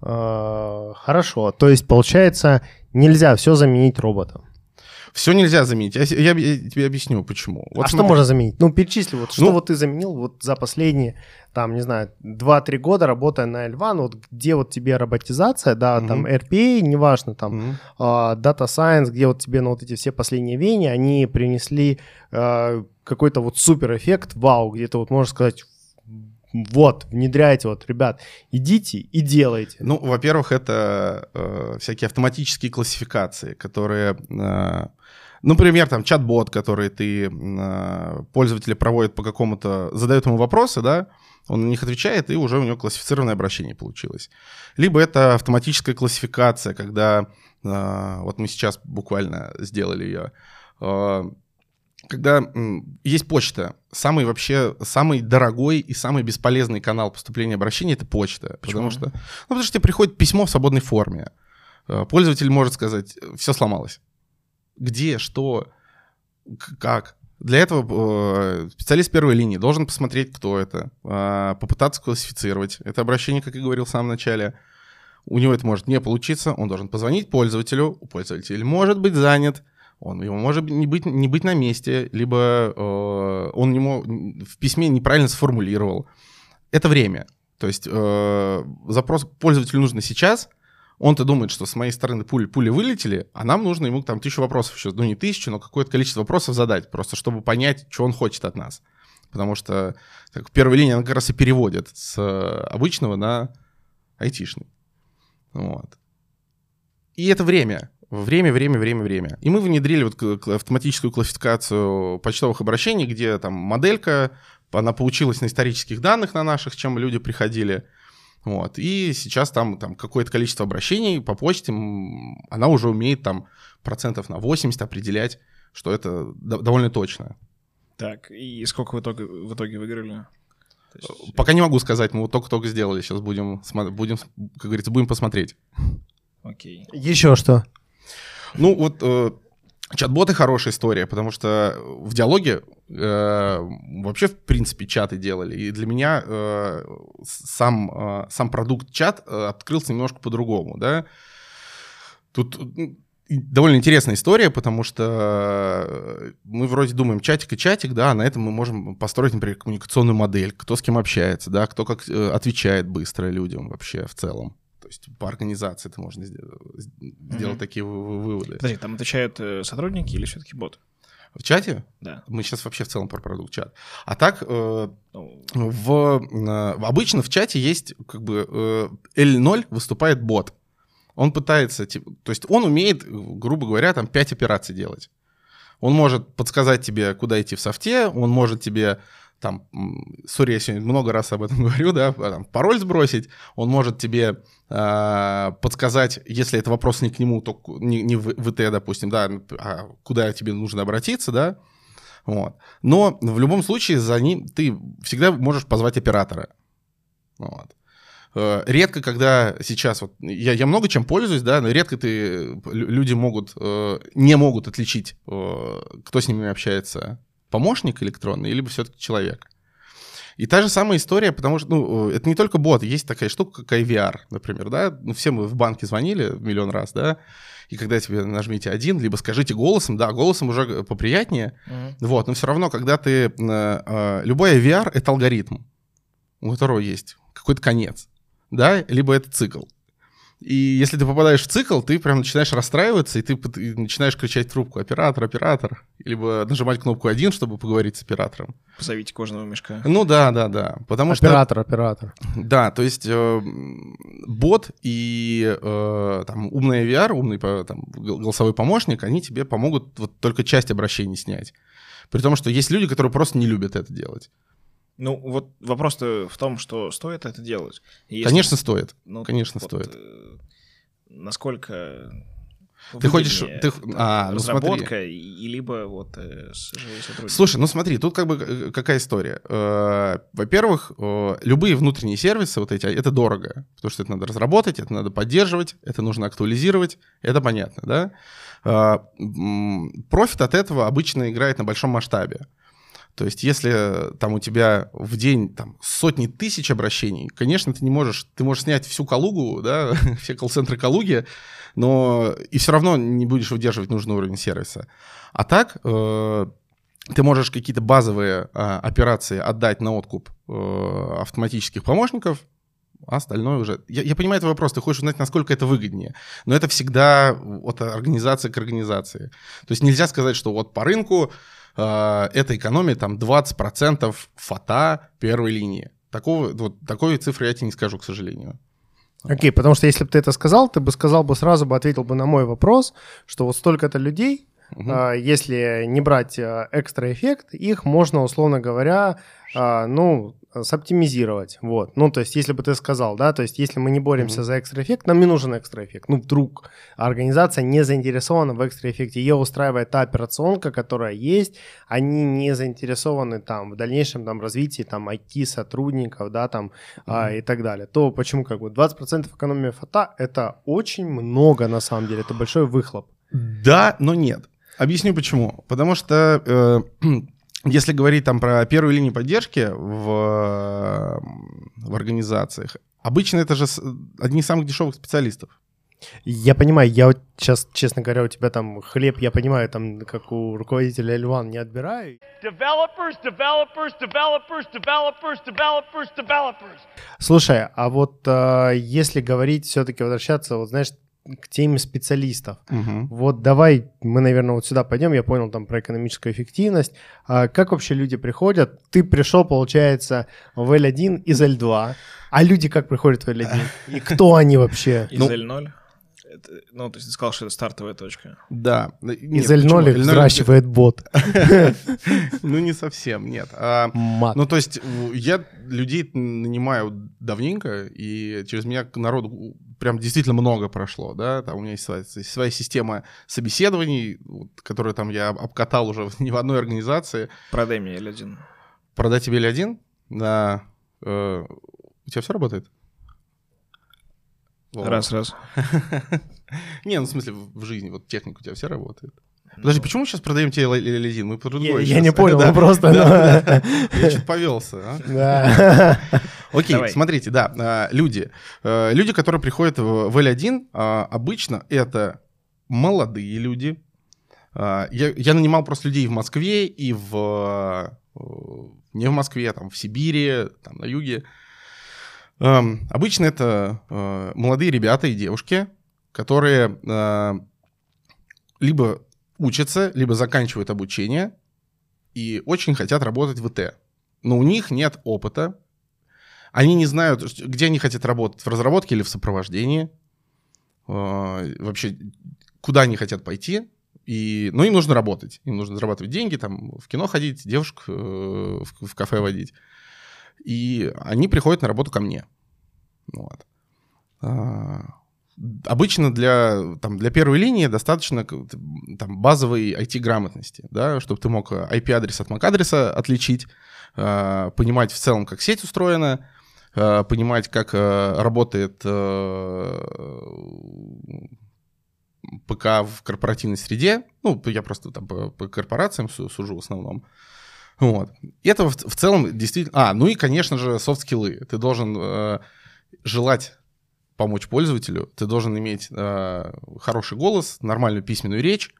Speaker 1: Хорошо, то есть, получается, нельзя все заменить роботом.
Speaker 3: Все нельзя заменить. Я, я, я тебе объясню, почему. Вот
Speaker 1: а
Speaker 3: смотри.
Speaker 1: что можно заменить? Ну, перечисли, вот что
Speaker 3: ну,
Speaker 1: вот ты заменил вот за последние, там, не знаю, два-три года, работая на эль ван, вот где вот тебе роботизация, да, угу. там, эр пи эй, неважно, там, угу. uh, Data Science, где вот тебе, ну, вот эти все последние веяния, они принесли uh, какой-то вот суперэффект, вау, где-то вот можно сказать... Вот, внедряйте, вот, ребят, идите и делайте.
Speaker 3: Ну, во-первых, это э, всякие автоматические классификации, которые э, Например, там чат-бот, который ты, э, пользователи проводят по какому-то, задают ему вопросы, да, он на них отвечает, и уже у него классифицированное обращение получилось. Либо это автоматическая классификация, когда, э, вот мы сейчас буквально сделали ее, э, когда э, есть почта, самый вообще, самый дорогой и самый бесполезный канал поступления обращений — это почта.
Speaker 2: Почему?
Speaker 3: Потому что, ну, потому что тебе приходит письмо в свободной форме. Э, пользователь может сказать: все сломалось. Где, что, как. Для этого э, специалист первой линии должен посмотреть, кто это, э, попытаться классифицировать это обращение, как я говорил в самом начале. У него это может не получиться, он должен позвонить пользователю, у пользователя может быть занят, он его может не быть, не быть на месте, либо э, он ему в письме неправильно сформулировал. Это время. То есть э, запрос пользователю нужно сейчас. Он-то думает, что с моей стороны пули, пули вылетели, а нам нужно ему там тысячу вопросов еще, ну не тысячу, но какое-то количество вопросов задать, просто чтобы понять, что он хочет от нас. Потому что так, первая линия, она как раз и переводит с обычного на айтишный. Вот. И это время. Время, время, время, время. И мы внедрили вот автоматическую классификацию почтовых обращений, где там моделька, она получилась на исторических данных на наших, с чем люди приходили. Вот. И сейчас там, там какое-то количество обращений по почте, она уже умеет там процентов на восемьдесят определять, что это д- довольно точно.
Speaker 2: Так, и сколько в итоге, в итоге выиграли?
Speaker 3: Есть... Пока не могу сказать, мы вот только-только сделали, сейчас будем, будем, как говорится, будем посмотреть.
Speaker 2: Окей.
Speaker 1: Еще что?
Speaker 3: Ну вот э, чат-боты — хорошая история, потому что в диалоге э, вообще, в принципе, чаты делали. И для меня э, сам, э, сам продукт чат э, открылся немножко по-другому, да. Тут довольно интересная история, потому что мы вроде думаем чатик и чатик, да, а на этом мы можем построить, например, коммуникационную модель, кто с кем общается, да, кто как отвечает быстро людям вообще в целом. То есть по организации это можно сделать, сделать mm-hmm. такие выводы.
Speaker 2: Подожди, там отвечают сотрудники или все-таки боты?
Speaker 3: В чате?
Speaker 2: Да.
Speaker 3: Мы сейчас вообще в целом про продукт чат. А так, э, в, э, обычно в чате есть как бы э, эл ноль выступает бот. Он пытается, типа, то есть он умеет, грубо говоря, там пять операций делать. Он может подсказать тебе, куда идти в софте, он может тебе, там, сори, я сегодня много раз об этом говорю, да, там, пароль сбросить, он может тебе э, подсказать, если это вопрос не к нему, то не, не в ВТ, допустим, да, а куда тебе нужно обратиться, да, вот. Но в любом случае за ним ты всегда можешь позвать оператора, вот. Редко, когда сейчас, вот я, я много чем пользуюсь, да, но редко ты, люди могут, э, не могут отличить, э, кто с ними общается, помощник электронный, либо все-таки человек. И та же самая история, потому что, ну, это не только бот, есть такая штука, как ай ви ар, например, да, ну, все мы в банке звонили миллион раз, да, и когда тебе нажмите один, либо скажите голосом, да, голосом уже поприятнее, mm-hmm. вот, но все равно, когда ты, э, э, любой ай ви ар — это алгоритм, у которого есть какой-то конец. Да, либо это цикл. И если ты попадаешь в цикл, ты прям начинаешь расстраиваться, и ты, ты начинаешь кричать в трубку: оператор, оператор, либо нажимать кнопку один, чтобы поговорить с оператором.
Speaker 2: Позовите кожаного мешка.
Speaker 3: Ну да, да, да. Потому
Speaker 1: оператор,
Speaker 3: что...
Speaker 1: оператор.
Speaker 3: Да, то есть э, бот и э, там, умный ай ви ар, умный там, голосовой помощник, они тебе помогут вот только часть обращений снять. При том, что есть люди, которые просто не любят это делать.
Speaker 2: Ну, вот вопрос-то в том, что стоит это делать. Если...
Speaker 3: Конечно, стоит.
Speaker 2: Ну,
Speaker 3: Конечно,
Speaker 2: вот,
Speaker 3: стоит.
Speaker 2: Э, насколько
Speaker 3: ты ходишь, ты,
Speaker 2: а, разработка ну, и, и либо вот э, живые сотрудники?
Speaker 3: Слушай, ну смотри, тут как бы какая история. Э, во-первых, э, любые внутренние сервисы вот эти, это дорого, потому что это надо разработать, это надо поддерживать, это нужно актуализировать, это понятно, да? Э, профит от этого обычно играет на большом масштабе. То есть если там у тебя в день там, сотни тысяч обращений, конечно, ты не можешь, ты можешь снять всю Калугу, да, все колл-центры Калуги, но и все равно не будешь выдерживать нужный уровень сервиса. А так э, ты можешь какие-то базовые э, операции отдать на откуп э, автоматических помощников, а остальное уже... Я, я понимаю твой вопрос, ты хочешь узнать, насколько это выгоднее, но это всегда от организации к организации. То есть нельзя сказать, что вот по рынку это экономия там двадцать процентов фата первой линии. Такого, вот, такой цифры я тебе не скажу, к сожалению.
Speaker 1: Окей, okay, потому что если бы ты это сказал, ты бы сказал бы сразу бы, ответил бы на мой вопрос, что вот столько-то людей угу. а, если не брать экстра эффект, их можно, условно говоря, а, ну, соптимизировать. Вот. Ну, то есть, если бы ты сказал, да, то есть, если мы не боремся mm-hmm. за экстра эффект, нам не нужен экстра эффект. Ну, вдруг организация не заинтересована в экстра эффекте, ее устраивает та операционка, которая есть, они не заинтересованы там в дальнейшем там развитии там ай ти-сотрудников, да, там mm-hmm. а, и так далее. То почему как бы двадцать процентов экономии фото это очень много на самом деле, это большой выхлоп.
Speaker 3: Да, но нет. Объясню почему. Потому что э, если говорить там про первую линию поддержки в, в организациях, обычно это же одни из самых дешевых специалистов.
Speaker 1: Я понимаю, я вот сейчас, честно говоря, у тебя там хлеб, я понимаю, там, как у руководителя эль ван, не отбираю. Developers, developers, developers, developers, developers, developers. Слушай, а вот а, если говорить, все-таки возвращаться, вот знаешь, к теме специалистов. Uh-huh. Вот давай мы, наверное, вот сюда пойдем. Я понял там про экономическую эффективность. А как вообще люди приходят? Ты пришел, получается, в эль один из эль два. А люди как приходят в эль один? И кто они вообще?
Speaker 2: Из эль ноль? Это, ну, то есть ты сказал, что это стартовая точка.
Speaker 3: Да.
Speaker 1: Из эль ноль их взращивает бот.
Speaker 3: Ну, не совсем, нет. Ну, то есть я людей нанимаю давненько, и через меня народу прям действительно много прошло, да, там у меня есть своя, своя система собеседований, которую там я обкатал уже не в одной организации.
Speaker 2: Продай мне эль один.
Speaker 3: Продать тебе эль один? Да. Э, у тебя все работает?
Speaker 2: Раз, раз.
Speaker 3: Не, ну в смысле в жизни, вот техника у тебя все работает. Подожди, почему мы сейчас продаем тебе эль один? Мы про другое.
Speaker 1: Я не понял, мы просто...
Speaker 3: Я чуть повелся, а?
Speaker 1: Да.
Speaker 3: Окей, смотрите, да, люди. Люди, которые приходят в эль один, обычно это молодые люди. Я нанимал просто людей в Москве и в... Не в Москве, там в Сибири, там на юге. Обычно это молодые ребята и девушки, которые либо учатся, либо заканчивают обучение и очень хотят работать в ИТ. Но у них нет опыта. Они не знают, где они хотят работать, в разработке или в сопровождении. Вообще, куда они хотят пойти. И, ну, им нужно работать. Им нужно зарабатывать деньги, там, в кино ходить, девушек в, в кафе водить. И они приходят на работу ко мне. Вот. Обычно для, там, для первой линии достаточно там, базовой ай ти-грамотности, да, чтобы ты мог ай пи-адрес от эм эй си-адреса отличить, э, понимать в целом, как сеть устроена, э, понимать, как э, работает э, ПК в корпоративной среде. Ну, я просто там по, по корпорациям сужу в основном. Вот. И это в, в целом действительно... А, ну и, конечно же, софт-скиллы. Ты должен э, желать помочь пользователю, ты должен иметь э, хороший голос, нормальную письменную речь,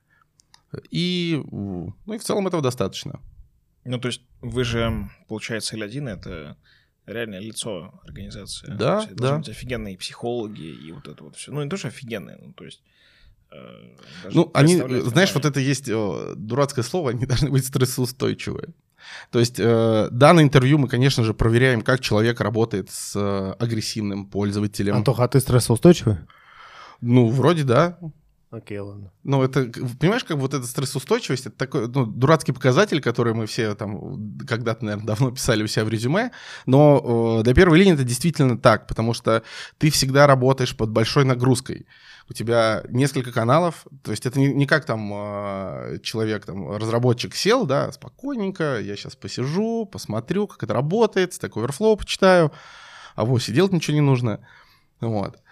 Speaker 3: и, ну, и в целом этого достаточно.
Speaker 2: Ну, то есть вы же, получается, эль один — это реальное лицо организации.
Speaker 3: Да,
Speaker 2: да.
Speaker 3: Должны
Speaker 2: быть офигенные психологи и вот это вот все. Ну, не то, что офигенные, ну, то есть... Э,
Speaker 3: ну, они, знаешь, вот это есть о, дурацкое слово, они должны быть стрессоустойчивые. То есть, э, да, на интервью мы, конечно же, проверяем, как человек работает с э, агрессивным пользователем.
Speaker 1: Антоха, а ты стрессоустойчивый?
Speaker 3: Ну, вроде да.
Speaker 1: Окей, ладно.
Speaker 3: Ну, это, понимаешь, как вот эта стрессоустойчивость, это такой, ну, дурацкий показатель, который мы все там когда-то, наверное, давно писали у себя в резюме, но э, для первой линии это действительно так, потому что ты всегда работаешь под большой нагрузкой. У тебя несколько каналов, то есть это не, не как там э, человек, там, разработчик сел, да, спокойненько, я сейчас посижу, посмотрю, как это работает, Stack Overflow почитаю, а вовсе делать ничего не нужно, вот.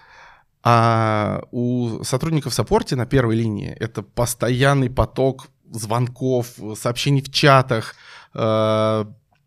Speaker 3: А у сотрудников в саппорте на первой линии это постоянный поток звонков, сообщений в чатах, э,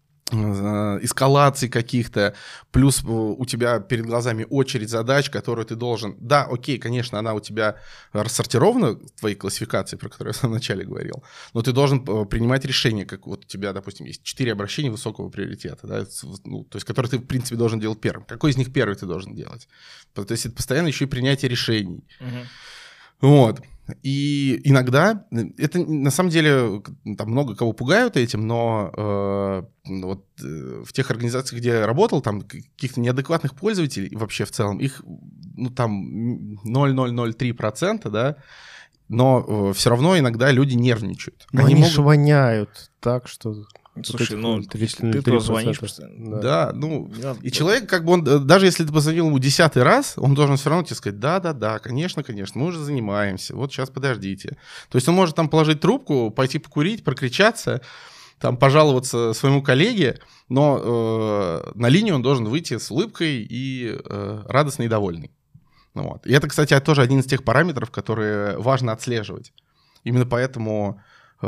Speaker 3: эскалаций каких-то, плюс у тебя перед глазами очередь задач, которую ты должен... Да, окей, конечно, она у тебя рассортирована в твоей классификации, про которую я в самом начале говорил, но ты должен принимать решение, как вот у тебя, допустим, есть четыре обращения высокого приоритета, да, ну, то есть которые ты, в принципе, должен делать первым. Какой из них первый ты должен делать? То есть это постоянно еще и принятие решений. Uh-huh. Вот. И иногда, это на самом деле, там много кого пугают этим, но э, вот э, в тех организациях, где я работал, там каких-то неадекватных пользователей вообще в целом, их, ну, там ноль целых ноль ноль три процента, да, но э, все равно иногда люди нервничают.
Speaker 1: Но они, они могут... воняют так, что...
Speaker 2: Слушай, ну, если ты
Speaker 1: то
Speaker 2: звонишь постоянно.
Speaker 3: Да, да, ну, и человек, как бы он, даже если ты позвонил ему десятый раз, он должен все равно тебе сказать, да-да-да, конечно, конечно, мы уже занимаемся, вот сейчас подождите. То есть он может там положить трубку, пойти покурить, прокричаться, там пожаловаться своему коллеге, но э, на линию он должен выйти с улыбкой и э, радостный и довольный. Ну, вот. И это, кстати, тоже один из тех параметров, которые важно отслеживать. Именно поэтому...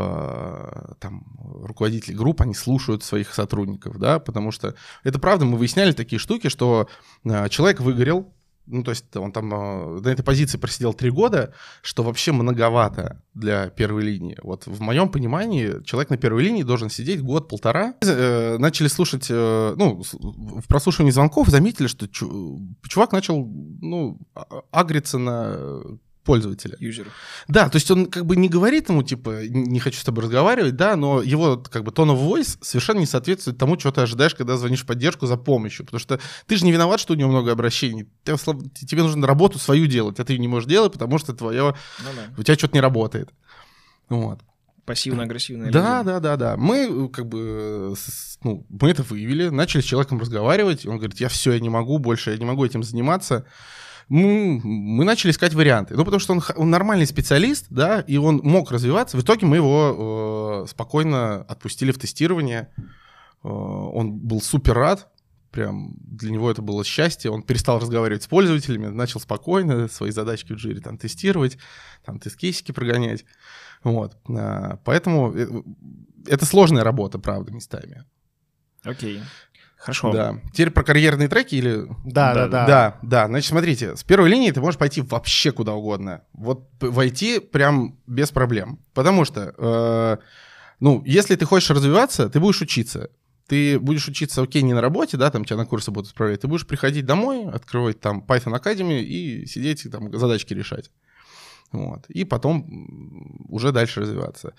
Speaker 3: там руководители групп, они слушают своих сотрудников, да, потому что это правда, мы выясняли такие штуки, что человек выгорел, ну, то есть он там на этой позиции просидел три года, что вообще многовато для первой линии. Вот в моем понимании человек на первой линии должен сидеть год-полтора. Начали слушать, ну, в прослушивании звонков заметили, что чувак начал, ну, агриться на... пользователя.
Speaker 2: Юзер.
Speaker 3: Да, то есть он как бы не говорит ему, типа, не хочу с тобой разговаривать, да, но его как бы tone of voice совершенно не соответствует тому, что ты ожидаешь, когда звонишь в поддержку за помощью, потому что ты же не виноват, что у него много обращений. Ты, тебе нужно работу свою делать, а ты ее не можешь делать, потому что твое, ну, да. у тебя что-то не работает. Вот.
Speaker 2: Пассивно-агрессивная.
Speaker 3: Да,
Speaker 2: люди.
Speaker 3: да, да, да. Мы как бы, ну, мы это выявили, начали с человеком разговаривать, он говорит, я все, я не могу больше, я не могу этим заниматься. Мы, мы начали искать варианты. Ну, потому что он, он нормальный специалист, да, и он мог развиваться. В итоге мы его э, спокойно отпустили в тестирование. Э, он был супер рад. Прям для него это было счастье. Он перестал разговаривать с пользователями, начал спокойно свои задачки в Jira там тестировать, там тест-кейсики прогонять. Вот. А, поэтому это сложная работа, правда, местами.
Speaker 2: Окей. Хорошо.
Speaker 3: Да. Теперь про карьерные треки или...
Speaker 1: Да, да, да.
Speaker 3: Да, да. Значит, смотрите, с первой линии ты можешь пойти вообще куда угодно. Вот войти прям без проблем. Потому что, э, ну, если ты хочешь развиваться, ты будешь учиться. Ты будешь учиться, окей, не на работе, да, там тебя на курсы будут отправлять. Ты будешь приходить домой, открывать там Python Academy и сидеть, там, задачки решать. Вот. И потом уже дальше развиваться.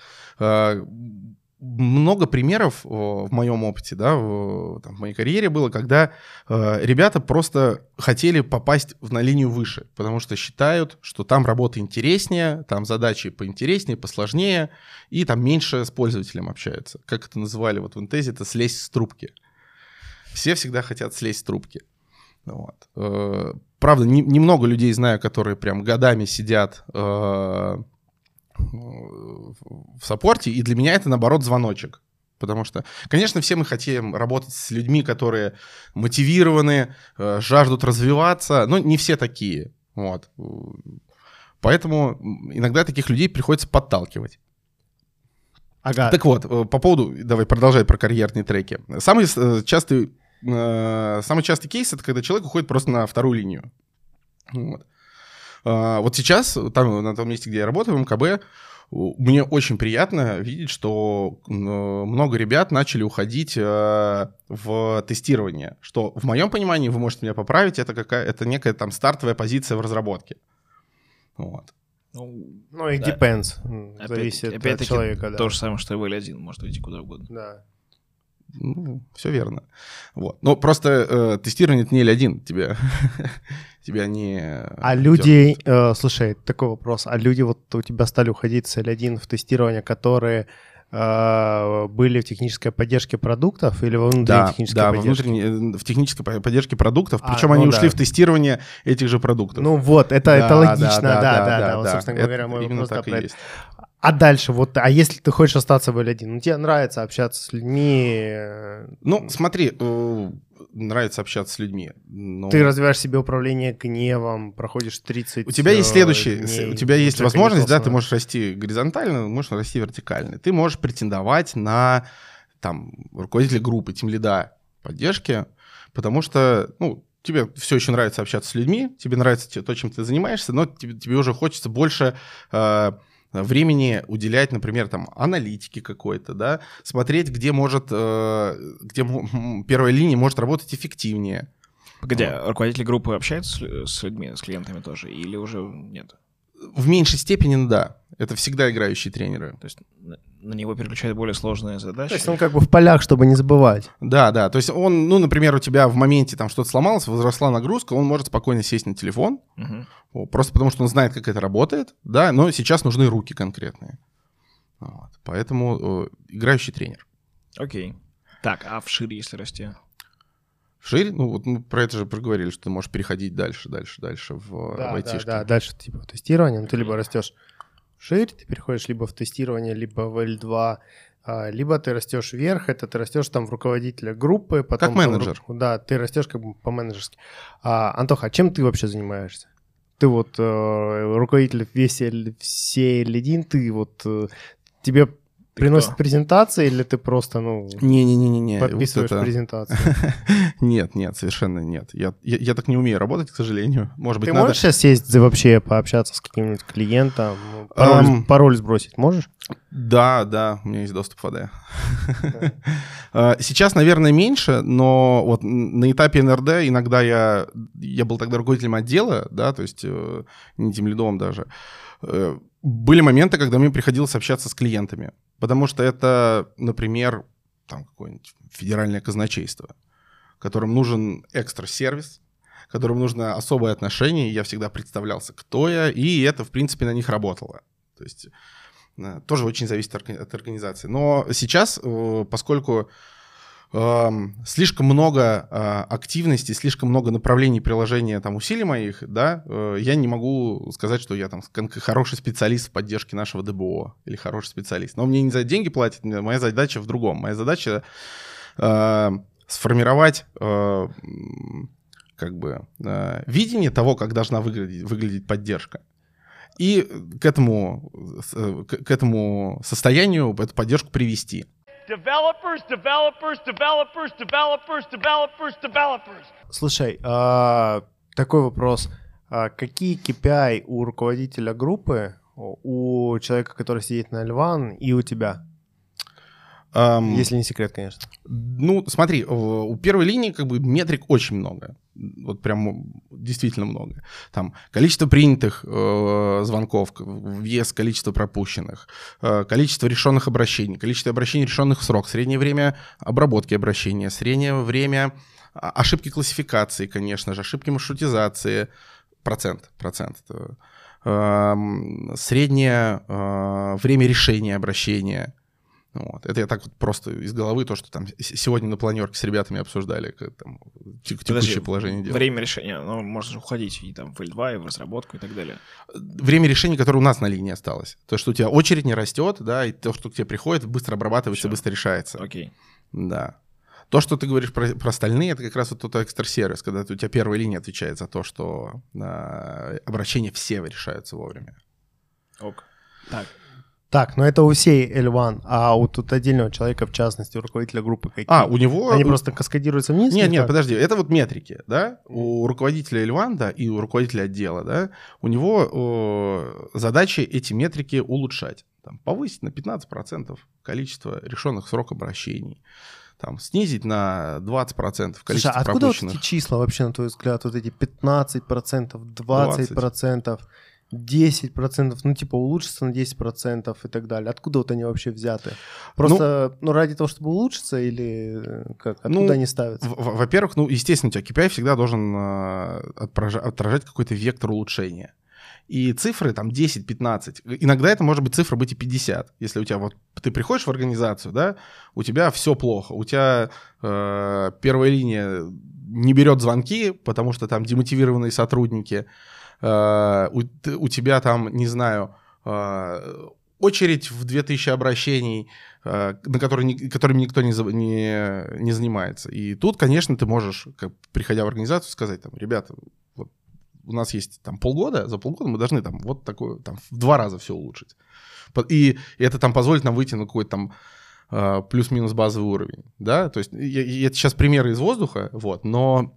Speaker 3: Много примеров в моем опыте, да, в, там, в моей карьере было, когда э, ребята просто хотели попасть в, на линию выше, потому что считают, что там работа интереснее, там задачи поинтереснее, посложнее, и там меньше с пользователем общаются. Как это называли вот в Интезе, это слезть с трубки. Все всегда хотят слезть с трубки. Вот. Э, правда, не, немного людей знаю, которые прям годами сидят... Э, в саппорте, и для меня это, наоборот, звоночек. Потому что, конечно, все мы хотим работать с людьми, которые мотивированы, жаждут развиваться, но не все такие. Вот. Поэтому иногда таких людей приходится подталкивать.
Speaker 1: Ага.
Speaker 3: Так вот, по поводу, давай продолжай про карьерные треки. Самый частый, самый частый кейс — это когда человек уходит просто на вторую линию. Вот. Вот сейчас, там, на том месте, где я работаю, в эм ка бэ, мне очень приятно видеть, что много ребят начали уходить в тестирование, что в моем понимании, вы можете меня поправить, это, какая, это некая там стартовая позиция в разработке. Вот.
Speaker 1: Ну, ну и да. Depends.
Speaker 2: Опять,
Speaker 1: зависит
Speaker 2: опять
Speaker 1: от человека. Да.
Speaker 2: То же самое, что и в эл один, может уйти куда угодно.
Speaker 1: Да.
Speaker 3: Ну, все верно. Вот. Но просто э, тестирование — это не эл один, тебя, тебя не...
Speaker 1: А люди, э, слушай, такой вопрос, а люди вот у тебя стали уходить с эл один в тестирование, которые э, были в технической поддержке продуктов или во внутренней
Speaker 3: да,
Speaker 1: технической
Speaker 3: да,
Speaker 1: поддержке?
Speaker 3: Да, в технической поддержке продуктов,
Speaker 1: а,
Speaker 3: причем
Speaker 1: ну
Speaker 3: они
Speaker 1: да.
Speaker 3: ушли в тестирование этих же продуктов.
Speaker 1: Ну вот, это,
Speaker 3: да,
Speaker 1: это логично, да,
Speaker 3: да, да,
Speaker 1: да, да,
Speaker 3: да,
Speaker 1: да. Вот,
Speaker 3: да,
Speaker 1: собственно
Speaker 3: это
Speaker 1: говоря, мой
Speaker 3: именно
Speaker 1: вопрос
Speaker 3: так и
Speaker 1: про
Speaker 3: есть.
Speaker 1: А дальше, вот, а если ты хочешь остаться в эл один, ну тебе нравится общаться с людьми?
Speaker 3: Ну, смотри, э, нравится общаться с людьми. Но...
Speaker 1: Ты развиваешь себе управление гневом, проходишь тридцать
Speaker 3: У тебя есть следующий,
Speaker 1: дней,
Speaker 3: у тебя есть возможность, да, ты
Speaker 1: на...
Speaker 3: можешь расти горизонтально, можешь расти вертикально. Ты можешь претендовать на там руководителя группы, тимлида поддержки, потому что, ну, тебе все еще нравится общаться с людьми, тебе нравится то, чем ты занимаешься, но тебе, тебе уже хочется больше э, времени уделять, например, там, аналитике какой-то, да, смотреть, где может, э, где первая линия может работать эффективнее.
Speaker 2: Погоди, вот. Руководители группы общаются с, с людьми, с клиентами тоже, или уже нет?
Speaker 3: В меньшей степени, да. Это всегда играющие тренеры.
Speaker 2: То есть на него переключают более сложные задачи.
Speaker 1: То есть он как бы в полях, чтобы не забывать.
Speaker 3: Да, да. То есть он, ну, например, у тебя в моменте там что-то сломалось, возросла нагрузка, он может спокойно сесть на телефон, угу. просто потому что он знает, как это работает, да, но сейчас нужны руки конкретные. Вот. Поэтому э, играющий тренер.
Speaker 2: Окей. Так, а вширь, если расти?
Speaker 3: Вширь? Ну, вот мы про это же проговорили, что ты можешь переходить дальше, дальше, дальше в,
Speaker 1: да,
Speaker 3: в айтишки.
Speaker 1: Да, да, дальше типа тестирование, ну, ты либо растешь вширь, ты переходишь либо в тестирование, либо в эл два, либо ты растешь вверх, это ты растешь там в руководителя группы. Потом
Speaker 3: как менеджер.
Speaker 1: Там, да, ты растешь как бы по-менеджерски. А, Антоха, а чем ты вообще занимаешься? Ты вот э, руководитель всей, всей эл один, ты вот, э, тебе ты приносят кто? Презентации или ты просто, ну,
Speaker 3: не-не-не-не,
Speaker 1: подписываешь вот это... презентацию?
Speaker 3: Нет, нет, совершенно нет. Я, я, я так не умею работать, к сожалению. Может быть,
Speaker 1: ты
Speaker 3: надо...
Speaker 1: можешь сейчас сесть вообще пообщаться с каким-нибудь клиентом, пароль, um... пароль сбросить можешь?
Speaker 3: Да, да, у меня есть доступ в эй ди. Да. Сейчас, наверное, меньше, но вот на этапе эн эр дэ иногда я, я был тогда руководителем отдела, да, то есть не тимлидом даже. Были моменты, когда мне приходилось общаться с клиентами, потому что это, например, там какое-нибудь федеральное казначейство, которым нужен экстра-сервис, которым нужно особое отношение, и я всегда представлялся, кто я, и это, в принципе, на них работало. То есть тоже очень зависит от организации. Но сейчас, поскольку э, слишком много э, активностей, слишком много направлений приложения там, усилий моих, да, э, я не могу сказать, что я там хороший специалист в поддержке нашего дэ бэ о или хороший специалист. Но мне не за деньги платят, моя задача в другом. Моя задача э, сформировать э, как бы, э, видение того, как должна выглядеть, выглядеть поддержка. И к этому, к этому состоянию эту поддержку привести.
Speaker 1: Developers, developers, developers, developers, developers, developers. Слушай, а, такой вопрос. А какие кей пи ай у руководителя группы, у человека, который сидит на эл один, и у тебя? Um, Если не секрет, конечно.
Speaker 3: Ну, смотри, у первой линии как бы метрик очень много. Вот прям действительно много. Там количество принятых э, звонков, вес, количество пропущенных, э, количество решенных обращений, количество обращений, решенных в срок, среднее время обработки обращения, среднее время ошибки классификации, конечно же, ошибки маршрутизации, процент, процент. Э, среднее э, время решения обращения. Вот. Это я так вот просто из головы, то, что там сегодня на планерке с ребятами обсуждали, как там текущее Подожди, положение дел.
Speaker 2: Время решения, ну, можно уходить и там в эл два, и в разработку и так далее.
Speaker 3: Время решения, которое у нас на линии осталось. То, что у тебя очередь не растет, да, и то, что к тебе приходит, быстро обрабатывается, Всё. быстро решается.
Speaker 2: Окей.
Speaker 3: Да. То, что ты говоришь про, про остальные, это как раз вот тот экстра-сервис, когда у тебя первая линия отвечает за то, что э, обращения все решаются вовремя.
Speaker 2: Ок. Так.
Speaker 1: Так, но это у всей эл один, а у тут отдельного человека, в частности, у руководителя группы какие?
Speaker 3: А, у него...
Speaker 1: Они просто каскадируются вниз?
Speaker 3: Нет, нет, подожди, это вот метрики, да? У руководителя эл один, да, и у руководителя отдела, да, у него о, задачи эти метрики улучшать. Там, повысить на пятнадцать процентов количество решенных в срок обращений. Там, снизить на двадцать процентов количество
Speaker 1: Слушай, а откуда
Speaker 3: пропущенных.
Speaker 1: Вот эти числа вообще, на твой взгляд, вот эти пятнадцать процентов, двадцать процентов? десять процентов, ну, типа, улучшится на десять процентов и так далее. Откуда вот они вообще взяты? Просто, ну, ну ради того, чтобы улучшиться, или как? Откуда
Speaker 3: ну,
Speaker 1: они ставятся?
Speaker 3: В- во-первых, ну, естественно, у тебя кей пи ай всегда должен э, отражать, отражать какой-то вектор улучшения. И цифры там десять-пятнадцать. Иногда это может быть цифра быть и пятьдесят. Если у тебя вот ты приходишь в организацию, да, у тебя все плохо. У тебя э, первая линия не берет звонки, потому что там демотивированные сотрудники. Uh, у, у тебя там, не знаю, uh, очередь в две тысячи обращений, uh, на которые ни, которыми никто не, не, не занимается. И тут, конечно, ты можешь, как, приходя в организацию, сказать, там, ребята, вот, у нас есть там полгода, за полгода мы должны там вот такое, там, в два раза все улучшить. И, и это там позволит нам выйти на какой-то там uh, плюс-минус базовый уровень. Да? То есть я, я, это сейчас примеры из воздуха, вот, но...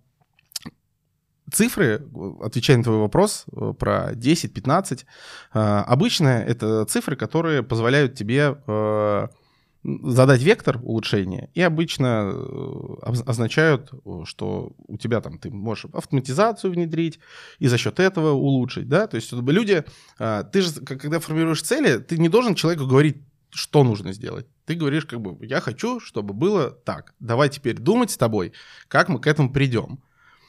Speaker 3: Цифры, отвечая на твой вопрос про десять-пятнадцать, обычно это цифры, которые позволяют тебе задать вектор улучшения, и обычно означают, что у тебя там ты можешь автоматизацию внедрить и за счет этого улучшить, да, то есть чтобы люди, ты же, когда формируешь цели, ты не должен человеку говорить, что нужно сделать. Ты говоришь, как бы, я хочу, чтобы было так. Давай теперь думать с тобой, как мы к этому придем.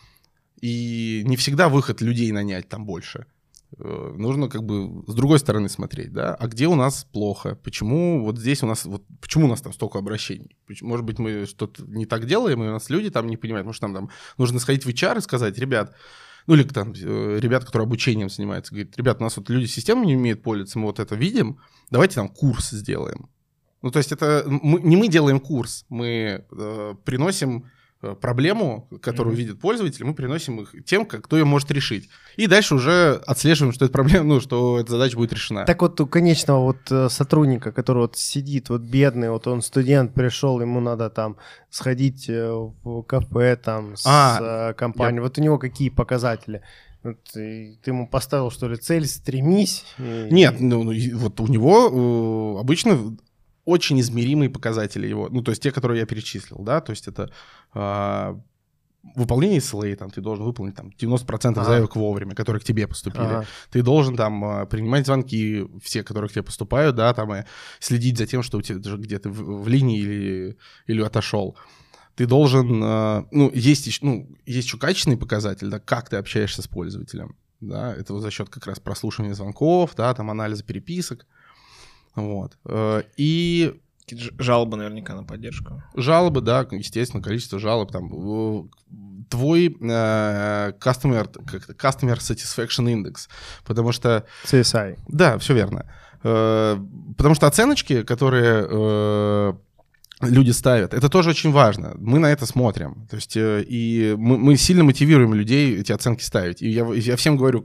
Speaker 3: И не всегда выход людей нанять там больше. Нужно как бы с другой стороны смотреть, да, а где у нас плохо, почему вот здесь у нас, вот почему у нас там столько обращений, может быть, мы что-то не так делаем, и у нас люди там не понимают, может, нам там нужно сходить в эйч ар и сказать, ребят, ну или там ребят, которые обучением занимаются, говорят, ребят, у нас вот люди системой не умеют пользоваться, мы вот это видим, давайте там курс сделаем. Ну, то есть это мы, не мы делаем курс, мы э, приносим проблему, которую mm-hmm. видит пользователь, мы приносим их тем, кто ее может решить. И дальше уже отслеживаем, что эта проблема, ну, что эта задача будет решена.
Speaker 1: Так вот у конечного вот сотрудника, который вот сидит, вот бедный, вот он студент пришел, ему надо там сходить в кафе там с а, компанией, я... вот у него какие показатели? Вот, ты ему поставил, что ли, цель, стремись? И...
Speaker 3: Нет, ну, вот у него э, обычно очень измеримые показатели его, ну, то есть те, которые я перечислил, да, то есть это э, выполнение эс эл эй, там, ты должен выполнить там девяносто процентов ага. заявок вовремя, которые к тебе поступили, ага. ты должен там принимать звонки, все, которые к тебе поступают, да, там, и следить за тем, что у тебя где ты в, в линии или, или отошел. Ты должен, э, ну, есть, ну, есть еще качественный показатель, да, как ты общаешься с пользователем, да, это вот за счет как раз прослушивания звонков, да, там, анализа переписок. Вот. И
Speaker 2: жалобы наверняка на поддержку.
Speaker 3: Жалобы, да, естественно, количество жалоб. Там, твой э, customer, customer Satisfaction Index, потому что...
Speaker 1: си эс ай.
Speaker 3: Да, все верно. Э, потому что оценочки, которые э, люди ставят, это тоже очень важно. Мы на это смотрим. То есть э, и мы, мы сильно мотивируем людей эти оценки ставить. И я, я всем говорю...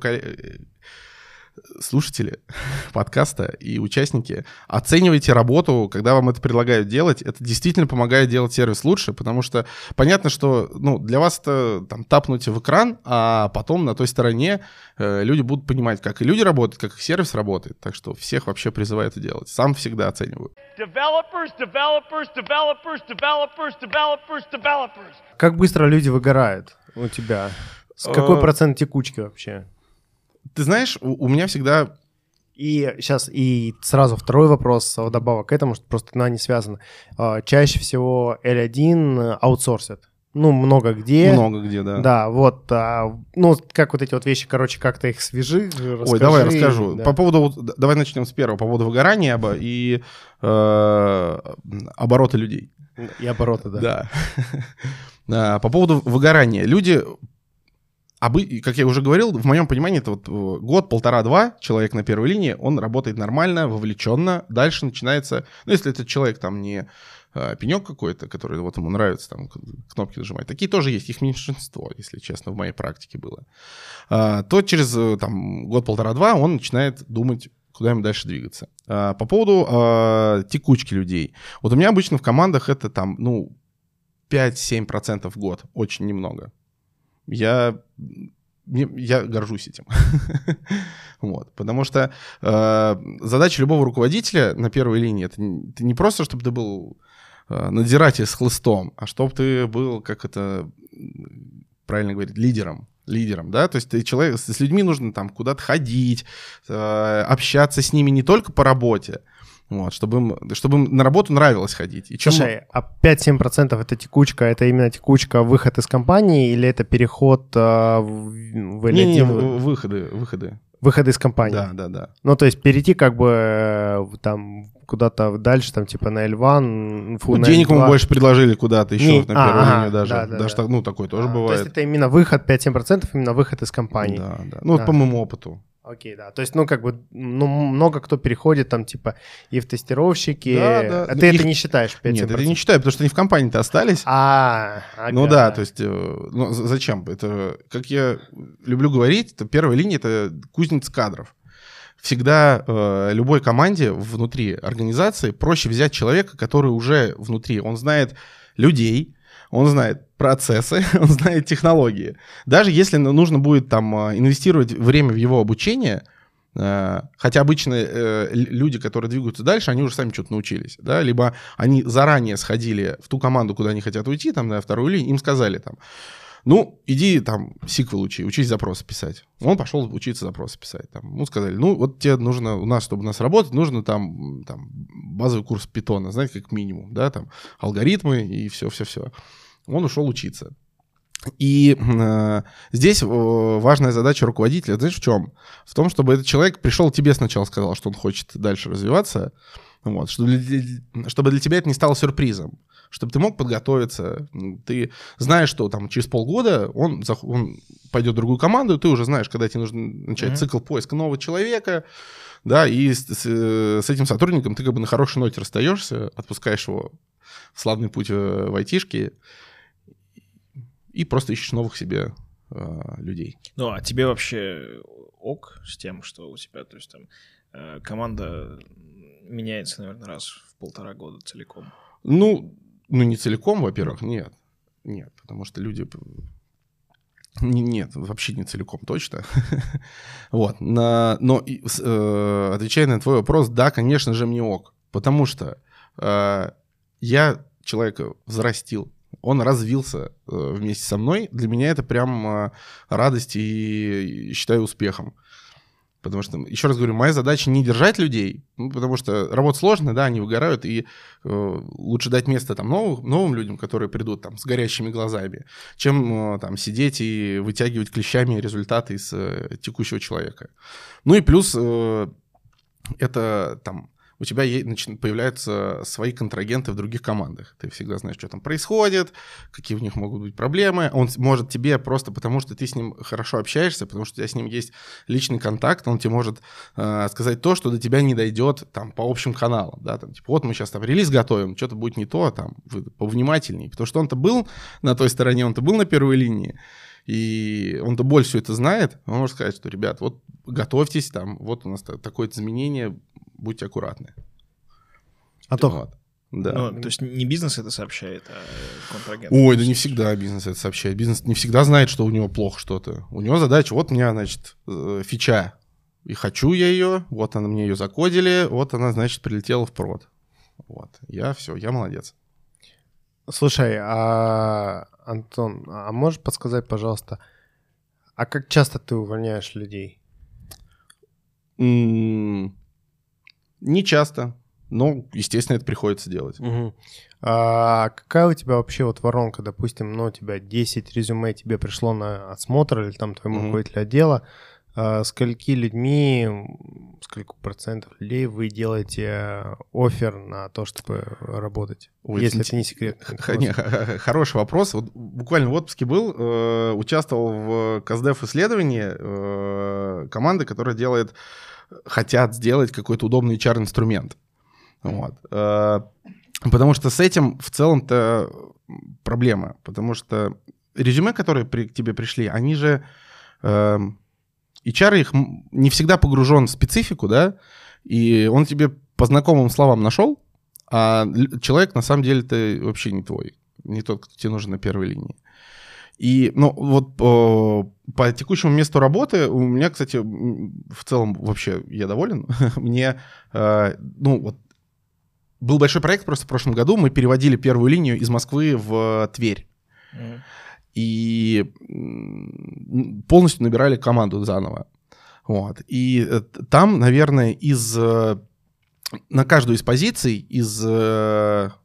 Speaker 3: слушатели подкаста и участники, оценивайте работу, когда вам это предлагают делать. Это действительно помогает делать сервис лучше, потому что понятно, что ну, для вас это там, тапнуть в экран, а потом на той стороне э, люди будут понимать, как и люди работают, как их сервис работает. Так что всех вообще призываю это делать. Сам всегда оцениваю.
Speaker 1: Developers, developers, developers, developers, developers, developers. Как быстро люди выгорают у тебя? С какой процент текучки вообще?
Speaker 3: Ты знаешь, у, у меня всегда...
Speaker 1: И сейчас, и сразу второй вопрос вдобавок к этому, что просто она не связана. Чаще всего эл один аутсорсят. Ну, много где.
Speaker 3: Много где, да.
Speaker 1: Да, вот. А, ну, как вот эти вот вещи, короче, как-то их свяжи, расскажи.
Speaker 3: Ой, давай расскажу. Да. По поводу... Давай начнем с первого. По поводу выгорания и э, оборота людей.
Speaker 1: И оборота, да.
Speaker 3: Да. По поводу выгорания. Люди... А бы, как я уже говорил, в моем понимании, это вот год, полтора-два человек на первой линии, он работает нормально, вовлеченно. Дальше начинается, ну, если этот человек там не а, пенек какой-то, который вот ему нравится там кнопки нажимать, такие тоже есть, их меньшинство, если честно, в моей практике было. А, то через там год-полтора-два он начинает думать, куда ему дальше двигаться. А, по поводу а, текучки людей. Вот у меня обычно в командах это там, ну, пять-семь процентов в год, очень немного. Я, я горжусь этим. Вот, потому что э, задача любого руководителя на первой линии это не, это не просто, чтобы ты был э, надзиратель с хлыстом, а чтобы ты был, как это правильно говорить, лидером. Лидером, да, то есть ты человек, с людьми нужно там куда-то ходить, э, общаться с ними не только по работе, вот, чтобы им, чтобы им на работу нравилось ходить. И
Speaker 1: Слушай, чем... а пять-семь процентов это текучка, это именно текучка, выход из компании или это переход а, в, в эл один?
Speaker 3: Не-не, выходы, выходы.
Speaker 1: Выходы из компании?
Speaker 3: Да, да, да.
Speaker 1: Ну, то есть перейти как бы там куда-то дальше, там типа на эл один, фу,
Speaker 3: ну,
Speaker 1: на
Speaker 3: денег
Speaker 1: эл два.
Speaker 3: ему больше предложили куда-то еще,
Speaker 1: Не...
Speaker 3: на первую
Speaker 1: а,
Speaker 3: линию даже.
Speaker 1: Да, да,
Speaker 3: даже
Speaker 1: да.
Speaker 3: Так, ну, такое тоже
Speaker 1: а,
Speaker 3: бывает.
Speaker 1: То есть это именно выход пять-семь процентов, именно выход из компании?
Speaker 3: Да, да. Ну,
Speaker 1: да.
Speaker 3: вот по моему опыту.
Speaker 1: Окей, да. То есть, ну, как бы, ну, много кто переходит там, типа, и в тестировщики.
Speaker 3: Да, да.
Speaker 1: А ты
Speaker 3: их...
Speaker 1: это не считаешь? пять-семь процентов?
Speaker 3: Нет, это не считаю, потому что они в компании-то остались.
Speaker 1: А, ага.
Speaker 3: Ну да, то есть, ну, зачем? Это, как я люблю говорить, это первая линия — это кузница кадров. Всегда э, любой команде внутри организации проще взять человека, который уже внутри. Он знает людей, он знает процессы, он знает технологии. Даже если нужно будет там инвестировать время в его обучение, Хотя обычно э, люди, которые двигаются дальше, они уже сами что-то научились, да, либо они заранее сходили в ту команду, куда они хотят уйти, там, на вторую линию, им сказали там, ну, иди там сиквел учи, учись запросы писать. Он пошел учиться запросы писать. Там, ему сказали, ну, вот тебе нужно, у нас, чтобы у нас работать, нужно там, там базовый курс питона, знаете, как минимум, да, там алгоритмы и все-все-все. Он ушел учиться. И э, здесь э, важная задача руководителя, знаешь, в чем? В том, чтобы этот человек пришел тебе сначала, сказал, что он хочет дальше развиваться, вот, чтобы, для, чтобы для тебя это не стало сюрпризом, чтобы ты мог подготовиться. Ты знаешь, что там через полгода он, он пойдет в другую команду, и ты уже знаешь, когда тебе нужно начать mm-hmm. цикл поиска нового человека, да, и с, с, с этим сотрудником ты как бы на хорошей ноте расстаешься, отпускаешь его в славный путь в, в айтишке, и просто ищешь новых себе э, людей.
Speaker 2: Ну, а тебе вообще ок с тем, что у тебя, то есть там э, команда меняется, наверное, раз в полтора года целиком?
Speaker 3: Ну, ну не целиком, во-первых, нет. Нет, потому что люди... Нет, вообще не целиком, точно. Вот, на, но э, отвечая на твой вопрос, да, конечно же, мне ок. Потому что э, я человека взрастил, он развился э, вместе со мной. Для меня это прям э, радость и, и считаю успехом. Потому что, еще раз говорю, моя задача не держать людей, ну, потому что работа сложная, да, они выгорают, и э, лучше дать место там новым, новым людям, которые придут там с горящими глазами, чем э, там сидеть и вытягивать клещами результаты из э, текущего человека. Ну и плюс э, это там... у тебя появляются свои контрагенты в других командах. Ты всегда знаешь, что там происходит, какие у них могут быть проблемы. Он может тебе просто потому, что ты с ним хорошо общаешься, потому что у тебя с ним есть личный контакт, он тебе может э, сказать то, что до тебя не дойдет там, по общим каналам. Да? Там, типа, вот мы сейчас там релиз готовим, что-то будет не то, там, вы повнимательнее. Потому что он-то был на той стороне, он-то был на первой линии, и он-то больше все это знает. Он может сказать, что, ребят, вот готовьтесь, там, вот у нас такое-то изменение, будьте аккуратны.
Speaker 1: А то...
Speaker 3: Вот. Да.
Speaker 2: Ну, то есть не бизнес это сообщает, а контрагент.
Speaker 3: Ой, да не всегда бизнес это сообщает. Бизнес не всегда знает, что у него плохо что-то. У него задача, вот у меня, значит, фича, и хочу я ее, вот она, мне ее закодили, вот она, значит, прилетела в прод. Вот, я все, я молодец.
Speaker 1: Слушай, а, Антон, а можешь подсказать, пожалуйста, а как часто ты увольняешь людей?
Speaker 3: М-м- не часто. Ну, естественно, это приходится делать.
Speaker 1: Угу. А какая у тебя вообще вот воронка? Допустим, ну, у тебя десять резюме тебе пришло на осмотр или там твоему угу. руководителю отдела. А скольки людьми, сколько процентов людей вы делаете оффер на то, чтобы работать? Ой, если это, это не секрет.
Speaker 3: Х- не, х- хороший вопрос. Вот буквально в отпуске был, э, участвовал в Каздев-исследовании э, команды, которая делает, хотят сделать какой-то удобный эйч ар-инструмент. Вот. Потому что с этим в целом-то проблема. Потому что резюме, которые при, к тебе пришли, они же... Э, эйч ар их не всегда погружен в специфику, да, и он тебе по знакомым словам нашел, а человек на самом деле-то вообще не твой, не тот, кто тебе нужен на первой линии. И, ну, вот по, по текущему месту работы у меня, кстати, в целом вообще я доволен. Мне, э, ну, вот был большой проект просто в прошлом году, мы переводили первую линию из Москвы в Тверь. Mm. И полностью набирали команду заново. Вот. И там, наверное, из... На каждую из позиций, из... На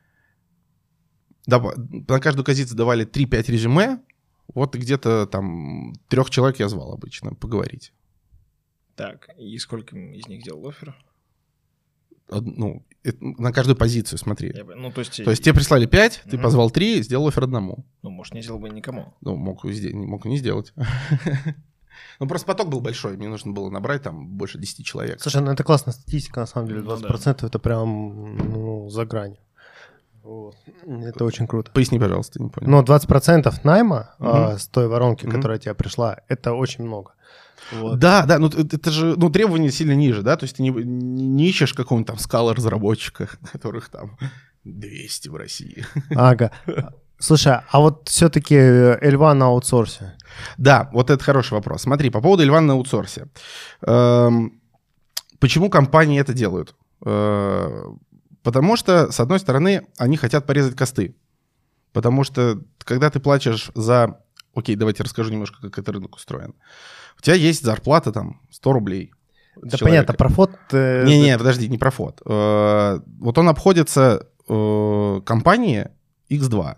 Speaker 3: каждую позицию давали три-пять резюме. Вот где-то там трех человек я звал обычно поговорить.
Speaker 2: Так, и сколько из них делал оффер?
Speaker 3: Ну, на каждую позицию, смотри.
Speaker 2: Я, ну, то есть...
Speaker 3: то есть тебе прислали пять, ты угу. позвал три, сделал оффер одному.
Speaker 2: Ну, может, не сделал бы никому.
Speaker 3: Ну, мог, мог и не сделать. Ну, просто поток был большой, мне нужно было набрать там больше десяти человек.
Speaker 1: Слушай, ну это классная статистика, на самом деле, двадцать процентов ну, да. это прям ну, за гранью. Вот. Это очень круто.
Speaker 3: Поясни, пожалуйста, не понял.
Speaker 1: Но двадцать процентов найма угу. а, с той воронки, угу. которая тебе пришла, это очень много. Вот.
Speaker 3: Да, да, ну это же, ну, требования сильно ниже, да, то есть ты не, не, не ищешь какого-нибудь там скала-разработчика, которых там двести в России.
Speaker 1: Ага. Слушай, а вот все-таки эл один на аутсорсе?
Speaker 3: Да, вот это хороший вопрос. Смотри, по поводу Эльван на аутсорсе. Эм, почему компании это делают? Э, потому что, с одной стороны, они хотят порезать косты. Потому что, когда ты платишь за... Окей, давайте расскажу немножко, как этот рынок устроен. У тебя есть зарплата там сто рублей.
Speaker 1: Да понятно, профот... Э...
Speaker 3: Не-не, подожди, не профот. Э, вот он обходится э, компании икс два,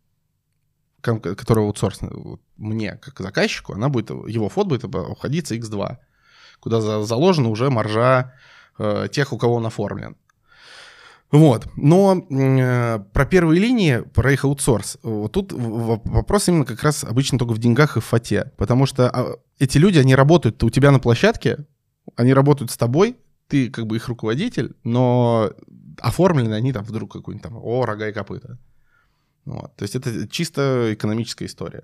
Speaker 3: которая аутсорсная. Мне, как заказчику, она будет, его фот будет обходиться икс два, куда за, заложена уже маржа э, тех, у кого он оформлен. Вот. Но э, про первые линии, про их аутсорс, вот тут вопрос именно как раз обычно только в деньгах и в фоте. Потому что э, эти люди, они работают у тебя на площадке, они работают с тобой, ты как бы их руководитель, но оформлены они там вдруг какой-нибудь там, о, рога и копыта. Вот. То есть это чисто экономическая история.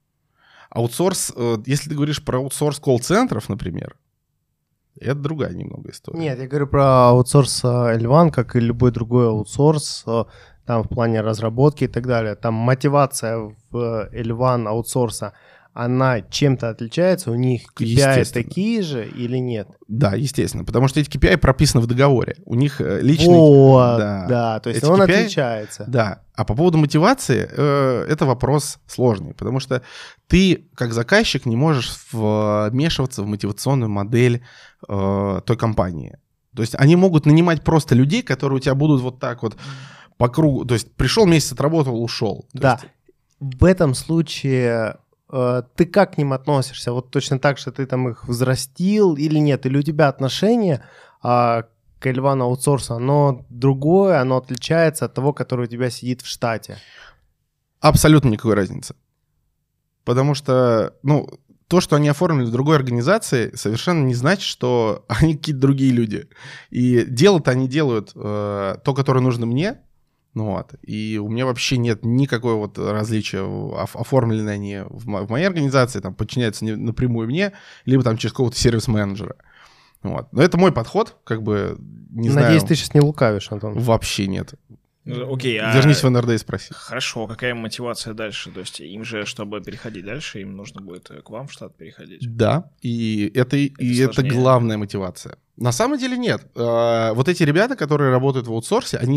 Speaker 3: Аутсорс, э, если ты говоришь про аутсорс колл-центров, например, это другая немного история.
Speaker 1: Нет, я говорю про аутсорс Эльван, как и любой другой аутсорс, там в плане разработки и так далее. Там мотивация в Эльван аутсорса, она чем-то отличается? У них кей пи ай такие же или нет?
Speaker 3: Да, естественно, потому что эти кей пи ай прописаны в договоре. У них личный...
Speaker 1: Вот, да, да, то есть
Speaker 3: эти
Speaker 1: он
Speaker 3: кей пи ай,
Speaker 1: отличается.
Speaker 3: Да, а по поводу мотивации, э, это вопрос сложный, потому что ты, как заказчик, не можешь вмешиваться в мотивационную модель э, той компании. То есть они могут нанимать просто людей, которые у тебя будут вот так вот по кругу. То есть пришел, месяц отработал, ушел. То
Speaker 1: да,
Speaker 3: есть...
Speaker 1: в этом случае... Ты как к ним относишься? Вот точно так, что ты там их взрастил или нет? Или у тебя отношение а, к Эльван аутсорсу, оно другое, оно отличается от того, которое у тебя сидит в штате?
Speaker 3: Абсолютно никакой разницы. Потому что, ну, то, что они оформлены в другой организации, совершенно не значит, что они какие-то другие люди. И дело-то они делают э, то, которое нужно мне. Ну вот, и у меня вообще нет никакого вот различия, оформлены они в, мо- в моей организации, там, подчиняются не, напрямую мне, либо там через какого-то сервис-менеджера. Вот. Но это мой подход, как бы, не знаю.
Speaker 1: Надеюсь, ты сейчас не лукавишь, Антон.
Speaker 3: Вообще нет.
Speaker 2: Окей, а...
Speaker 3: Вернись в эн эр дэ и спроси.
Speaker 2: Хорошо, какая мотивация дальше? То есть им же, чтобы переходить дальше, им нужно будет к вам в штат переходить?
Speaker 3: Да, и это, и это, это главная мотивация. На самом деле нет. Вот эти ребята, которые работают в аутсорсе, они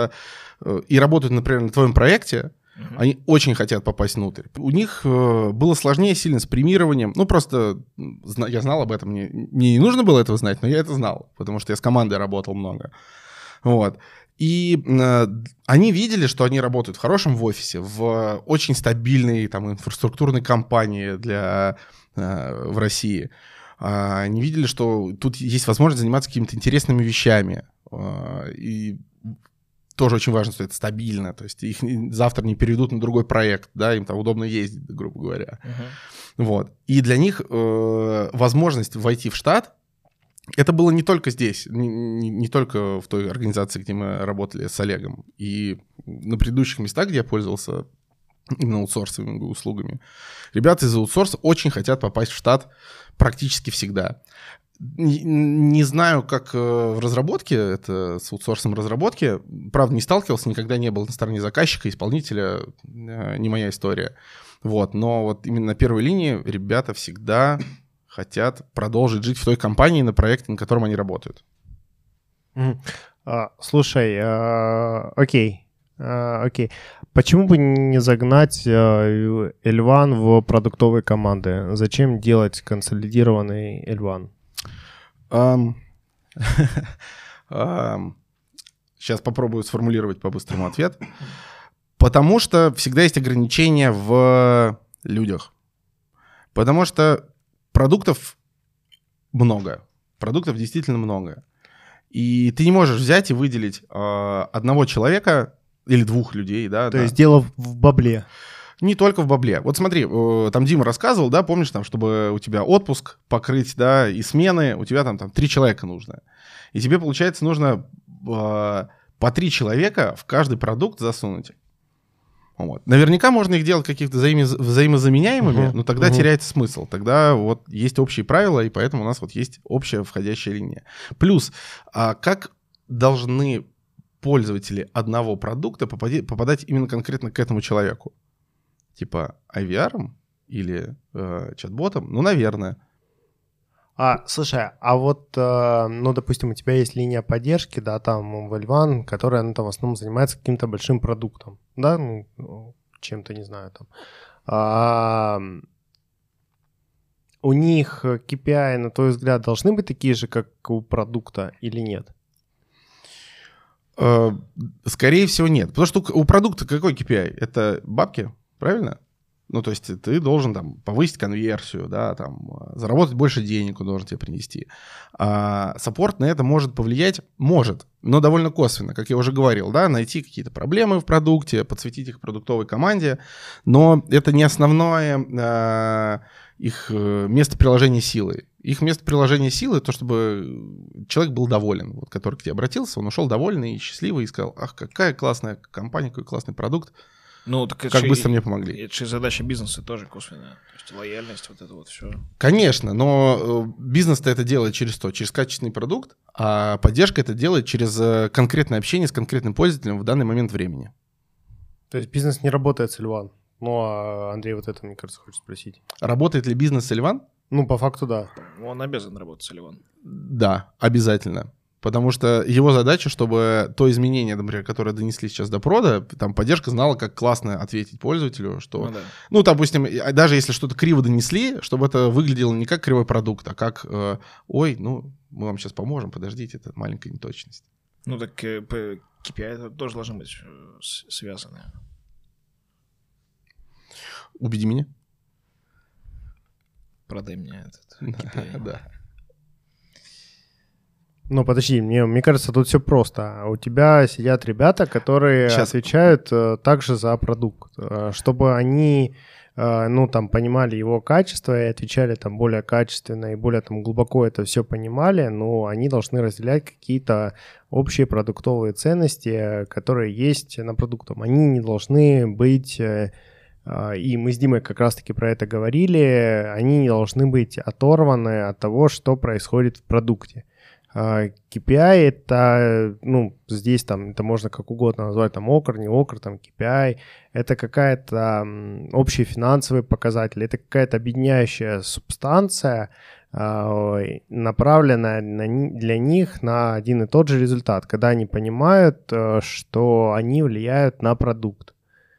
Speaker 3: и работают, например, на твоем проекте, uh-huh. они очень хотят попасть внутрь. У них было сложнее сильно с премированием. Ну, просто я знал об этом. Мне, мне не нужно было этого знать, но я это знал, потому что я с командой работал много. Вот. И э, они видели, что они работают в хорошем в офисе, в очень стабильной там, инфраструктурной компании для, э, в России. Э, они видели, что тут есть возможность заниматься какими-то интересными вещами. Э, и тоже очень важно, что это стабильно. То есть их завтра не переведут на другой проект, да, им там удобно ездить, грубо говоря. Uh-huh. Вот. И для них э, возможность войти в штат, это было не только здесь, не, не, не только в той организации, где мы работали с Олегом. И на предыдущих местах, где я пользовался именно аутсорсовыми услугами, ребята из аутсорса очень хотят попасть в штат практически всегда. Не, не знаю, как в разработке, это с аутсорсом разработки, правда, не сталкивался, никогда не был на стороне заказчика, исполнителя, не моя история. Вот, но вот именно на первой линии ребята всегда... хотят продолжить жить в той компании, на проекте, на котором они работают.
Speaker 1: Mm. А, слушай, а, окей, а, окей. Почему бы не загнать а, Эльван в продуктовые команды? Зачем делать консолидированный Эльван?
Speaker 3: Um, um, сейчас попробую сформулировать по-быстрому ответ. Потому что всегда есть ограничения в людях. Потому что продуктов много. Продуктов действительно много. И ты не можешь взять и выделить э, одного человека или двух людей, да.
Speaker 1: То
Speaker 3: да.
Speaker 1: есть дело в бабле.
Speaker 3: Не только в бабле. Вот смотри, э, там Дима рассказывал, да, помнишь, там, чтобы у тебя отпуск покрыть, да, и смены, у тебя там, там три человека нужно. И тебе, получается, нужно э, по три человека в каждый продукт засунуть. Вот. Наверняка можно их делать каких-то взаимо- взаимозаменяемыми, uh-huh. но тогда uh-huh. теряется смысл. Тогда вот есть общие правила, и поэтому у нас вот есть общая входящая линия. Плюс, а как должны пользователи одного продукта попади- попадать именно конкретно к этому человеку? Типа ай ви ар? или э, чат-ботом, ну, наверное.
Speaker 1: А, слушай, а вот, э, ну, допустим, у тебя есть линия поддержки, да, там в эль ван, которая, ну, там в основном занимается каким-то большим продуктом, да, ну, чем-то, не знаю, там. А, у них кей пи ай, на твой взгляд, должны быть такие же, как у продукта, или нет?
Speaker 3: Э, скорее всего, нет. Потому что у, у продукта какой кей пи ай? Это бабки, правильно? Ну, то есть ты должен там повысить конверсию, да, там, заработать больше денег он должен тебе принести. А саппорт на это может повлиять? Может, но довольно косвенно, как я уже говорил, да, найти какие-то проблемы в продукте, подсветить их продуктовой команде, но это не основное а, их место приложения силы. Их место приложения силы — то, чтобы человек был доволен, вот, который к тебе обратился, он ушел довольный и счастливый и сказал: ах, какая классная компания, какой классный продукт.
Speaker 2: Ну, так
Speaker 3: как быстро и, мне помогли.
Speaker 2: Это же задача бизнеса тоже косвенная. То есть лояльность, вот это вот все.
Speaker 3: Конечно, но бизнес-то это делает через что? Через качественный продукт, а поддержка это делает через конкретное общение с конкретным пользователем в данный момент времени.
Speaker 1: То есть бизнес не работает с эль ван? Ну, а Андрей вот это, мне кажется, хочет спросить.
Speaker 3: Работает ли бизнес с эль ван?
Speaker 1: Ну, по факту, да.
Speaker 2: Он обязан работать с эль ван.
Speaker 3: Да, обязательно. Потому что его задача, чтобы то изменение, например, которое донесли сейчас до прода, там поддержка знала, как классно ответить пользователю, что, ну, да. ну допустим, даже если что-то криво донесли, чтобы это выглядело не как кривой продукт, а как, э, ой, ну, мы вам сейчас поможем, подождите, это маленькая неточность.
Speaker 2: Ну так э, кей пи ай тоже должны быть связаны.
Speaker 3: Убеди меня.
Speaker 2: Продай мне этот кей пи ай.
Speaker 3: Да.
Speaker 1: Ну, подожди, мне, мне кажется, тут все просто. У тебя сидят ребята, которые Сейчас. отвечают э, также за продукт, э, чтобы они, э, ну, там, понимали его качество и отвечали там более качественно и более там глубоко это все понимали, но они должны разделять какие-то общие продуктовые ценности, которые есть на продуктах. Они не должны быть... Э, И мы с Димой как раз-таки про это говорили, они не должны быть оторваны от того, что происходит в продукте. кей пи ай — это, ну, здесь там, это можно как угодно назвать, там, окр, не окр, там, кей пи ай. Это какая-то общий финансовый показатель, это какая-то объединяющая субстанция, направленная на, для них на один и тот же результат, когда они понимают, что они влияют на продукт.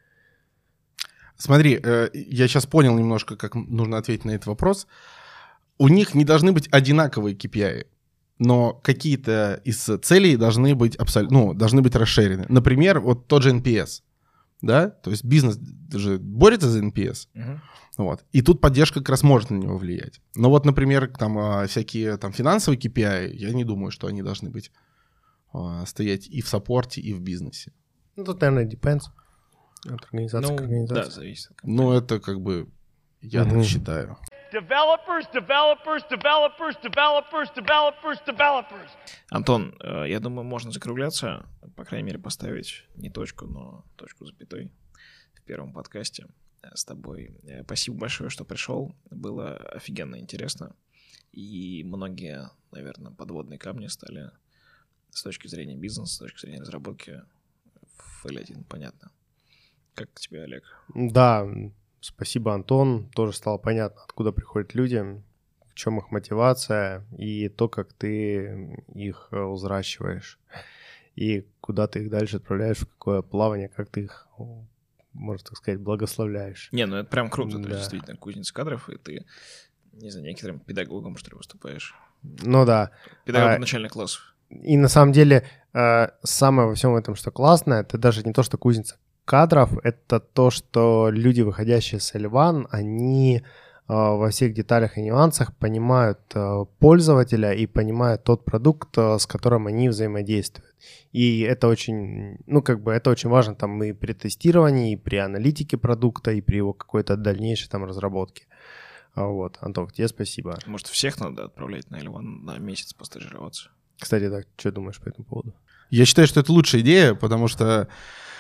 Speaker 3: Смотри, я сейчас понял немножко, как нужно ответить на этот вопрос. У них не должны быть одинаковые кей пи ай, но какие-то из целей должны быть абсолютно, ну, должны быть расширены. Например, вот тот же эн пи эс, да, то есть бизнес же борется за эн пи эс, uh-huh. вот, и тут поддержка как раз может на него влиять. Но вот, например, там всякие там финансовые кей пи ай, я не думаю, что они должны быть стоять и в саппорте, и в бизнесе.
Speaker 1: Ну, тут, наверное, depends. От организации
Speaker 2: ну,
Speaker 1: к организации.
Speaker 2: Да, зависит.
Speaker 3: Ну, это как бы, я uh-huh. так считаю.
Speaker 4: Developers, developers, developers, developers, developers, developers.
Speaker 2: Антон, я думаю, можно закругляться, по крайней мере, поставить не точку, но точку запятой в первом подкасте с тобой. Спасибо большое, что пришел. Было офигенно интересно. И многие, наверное, подводные камни стали с точки зрения бизнеса, с точки зрения разработки в эл один, понятно. Как тебе, Олег?
Speaker 1: Да, спасибо, Антон. Тоже стало понятно, откуда приходят люди, в чем их мотивация и то, как ты их взращиваешь. И куда ты их дальше отправляешь, в какое плавание, как ты их, можно так сказать, благословляешь.
Speaker 2: Не, ну это прям круто.
Speaker 1: Да.
Speaker 2: То есть действительно кузница кадров, и ты, не знаю, некоторым педагогом, что ли, выступаешь.
Speaker 1: Ну да.
Speaker 2: Педагог
Speaker 1: а,
Speaker 2: начальных классов.
Speaker 1: И на самом деле самое во всем этом, что классно, это даже не то, что кузница кадров, это то, что люди, выходящие с эль ван, они э, во всех деталях и нюансах понимают э, пользователя и понимают тот продукт, э, с которым они взаимодействуют. И это очень, ну, как бы, это очень важно там и при тестировании, и при аналитике продукта, и при его какой-то дальнейшей там разработке. Вот, Антон, тебе спасибо.
Speaker 2: Может, всех надо отправлять на эль ван на месяц постажироваться?
Speaker 1: Кстати, так, что думаешь по этому поводу?
Speaker 3: Я считаю, что это лучшая идея, потому что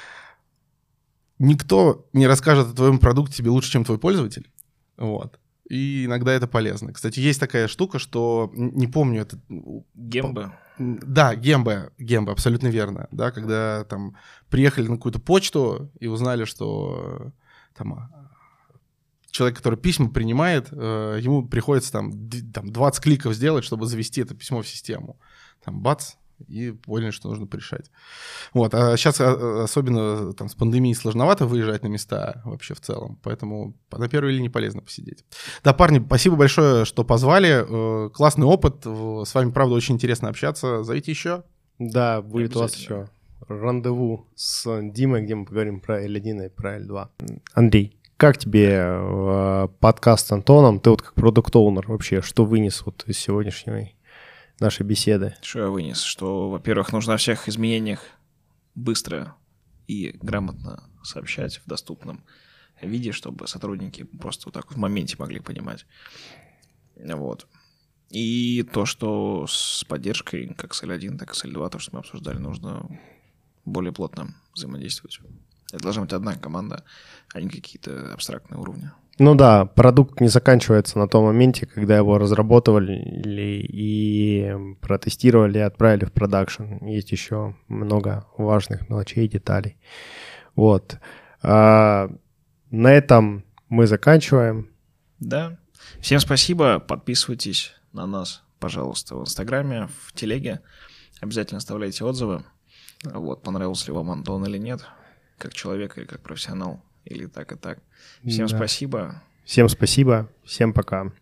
Speaker 3: никто не расскажет о твоем продукте тебе лучше, чем твой пользователь. Вот. И иногда это полезно. Кстати, есть такая штука, что, не помню, это...
Speaker 2: Гемба.
Speaker 3: Да, Гемба, Гемба, абсолютно верно. Да, когда там приехали на какую-то почту и узнали, что там человек, который письма принимает, э, ему приходится там, д- там двадцать кликов сделать, чтобы завести это письмо в систему. Там бац, и поняли, что нужно порешать. Вот. А сейчас особенно там, с пандемией сложновато выезжать на места вообще в целом, поэтому на первой линии полезно посидеть. Да, парни, спасибо большое, что позвали. Классный опыт. С вами, правда, очень интересно общаться. Зовите еще.
Speaker 1: Да, будет у вас еще рандеву с Димой, где мы поговорим про эл один и про эл два. Андрей, как тебе э, подкаст с Антоном? Ты вот как продукт-оунер вообще, что вынес вот из сегодняшней нашей беседы?
Speaker 2: Что я вынес? Что, во-первых, нужно о всех изменениях быстро и грамотно сообщать в доступном виде, чтобы сотрудники просто вот так в моменте могли понимать. Вот. И то, что с поддержкой как с эл один, так и с эл два, то, что мы обсуждали, нужно более плотно взаимодействовать. Это должна быть одна команда, а не какие-то абстрактные уровни.
Speaker 1: Ну да, продукт не заканчивается на том моменте, когда его разработали и протестировали и отправили в продакшн. Есть еще много важных мелочей и деталей. Вот. А на этом мы заканчиваем.
Speaker 2: Да. Всем спасибо. Подписывайтесь на нас, пожалуйста, в Инстаграме, в Телеге. Обязательно оставляйте отзывы. Вот, понравился ли вам Антон или нет, как человек или как профессионал, или так и так. Всем
Speaker 1: Да.
Speaker 2: спасибо.
Speaker 1: Всем спасибо. Всем пока.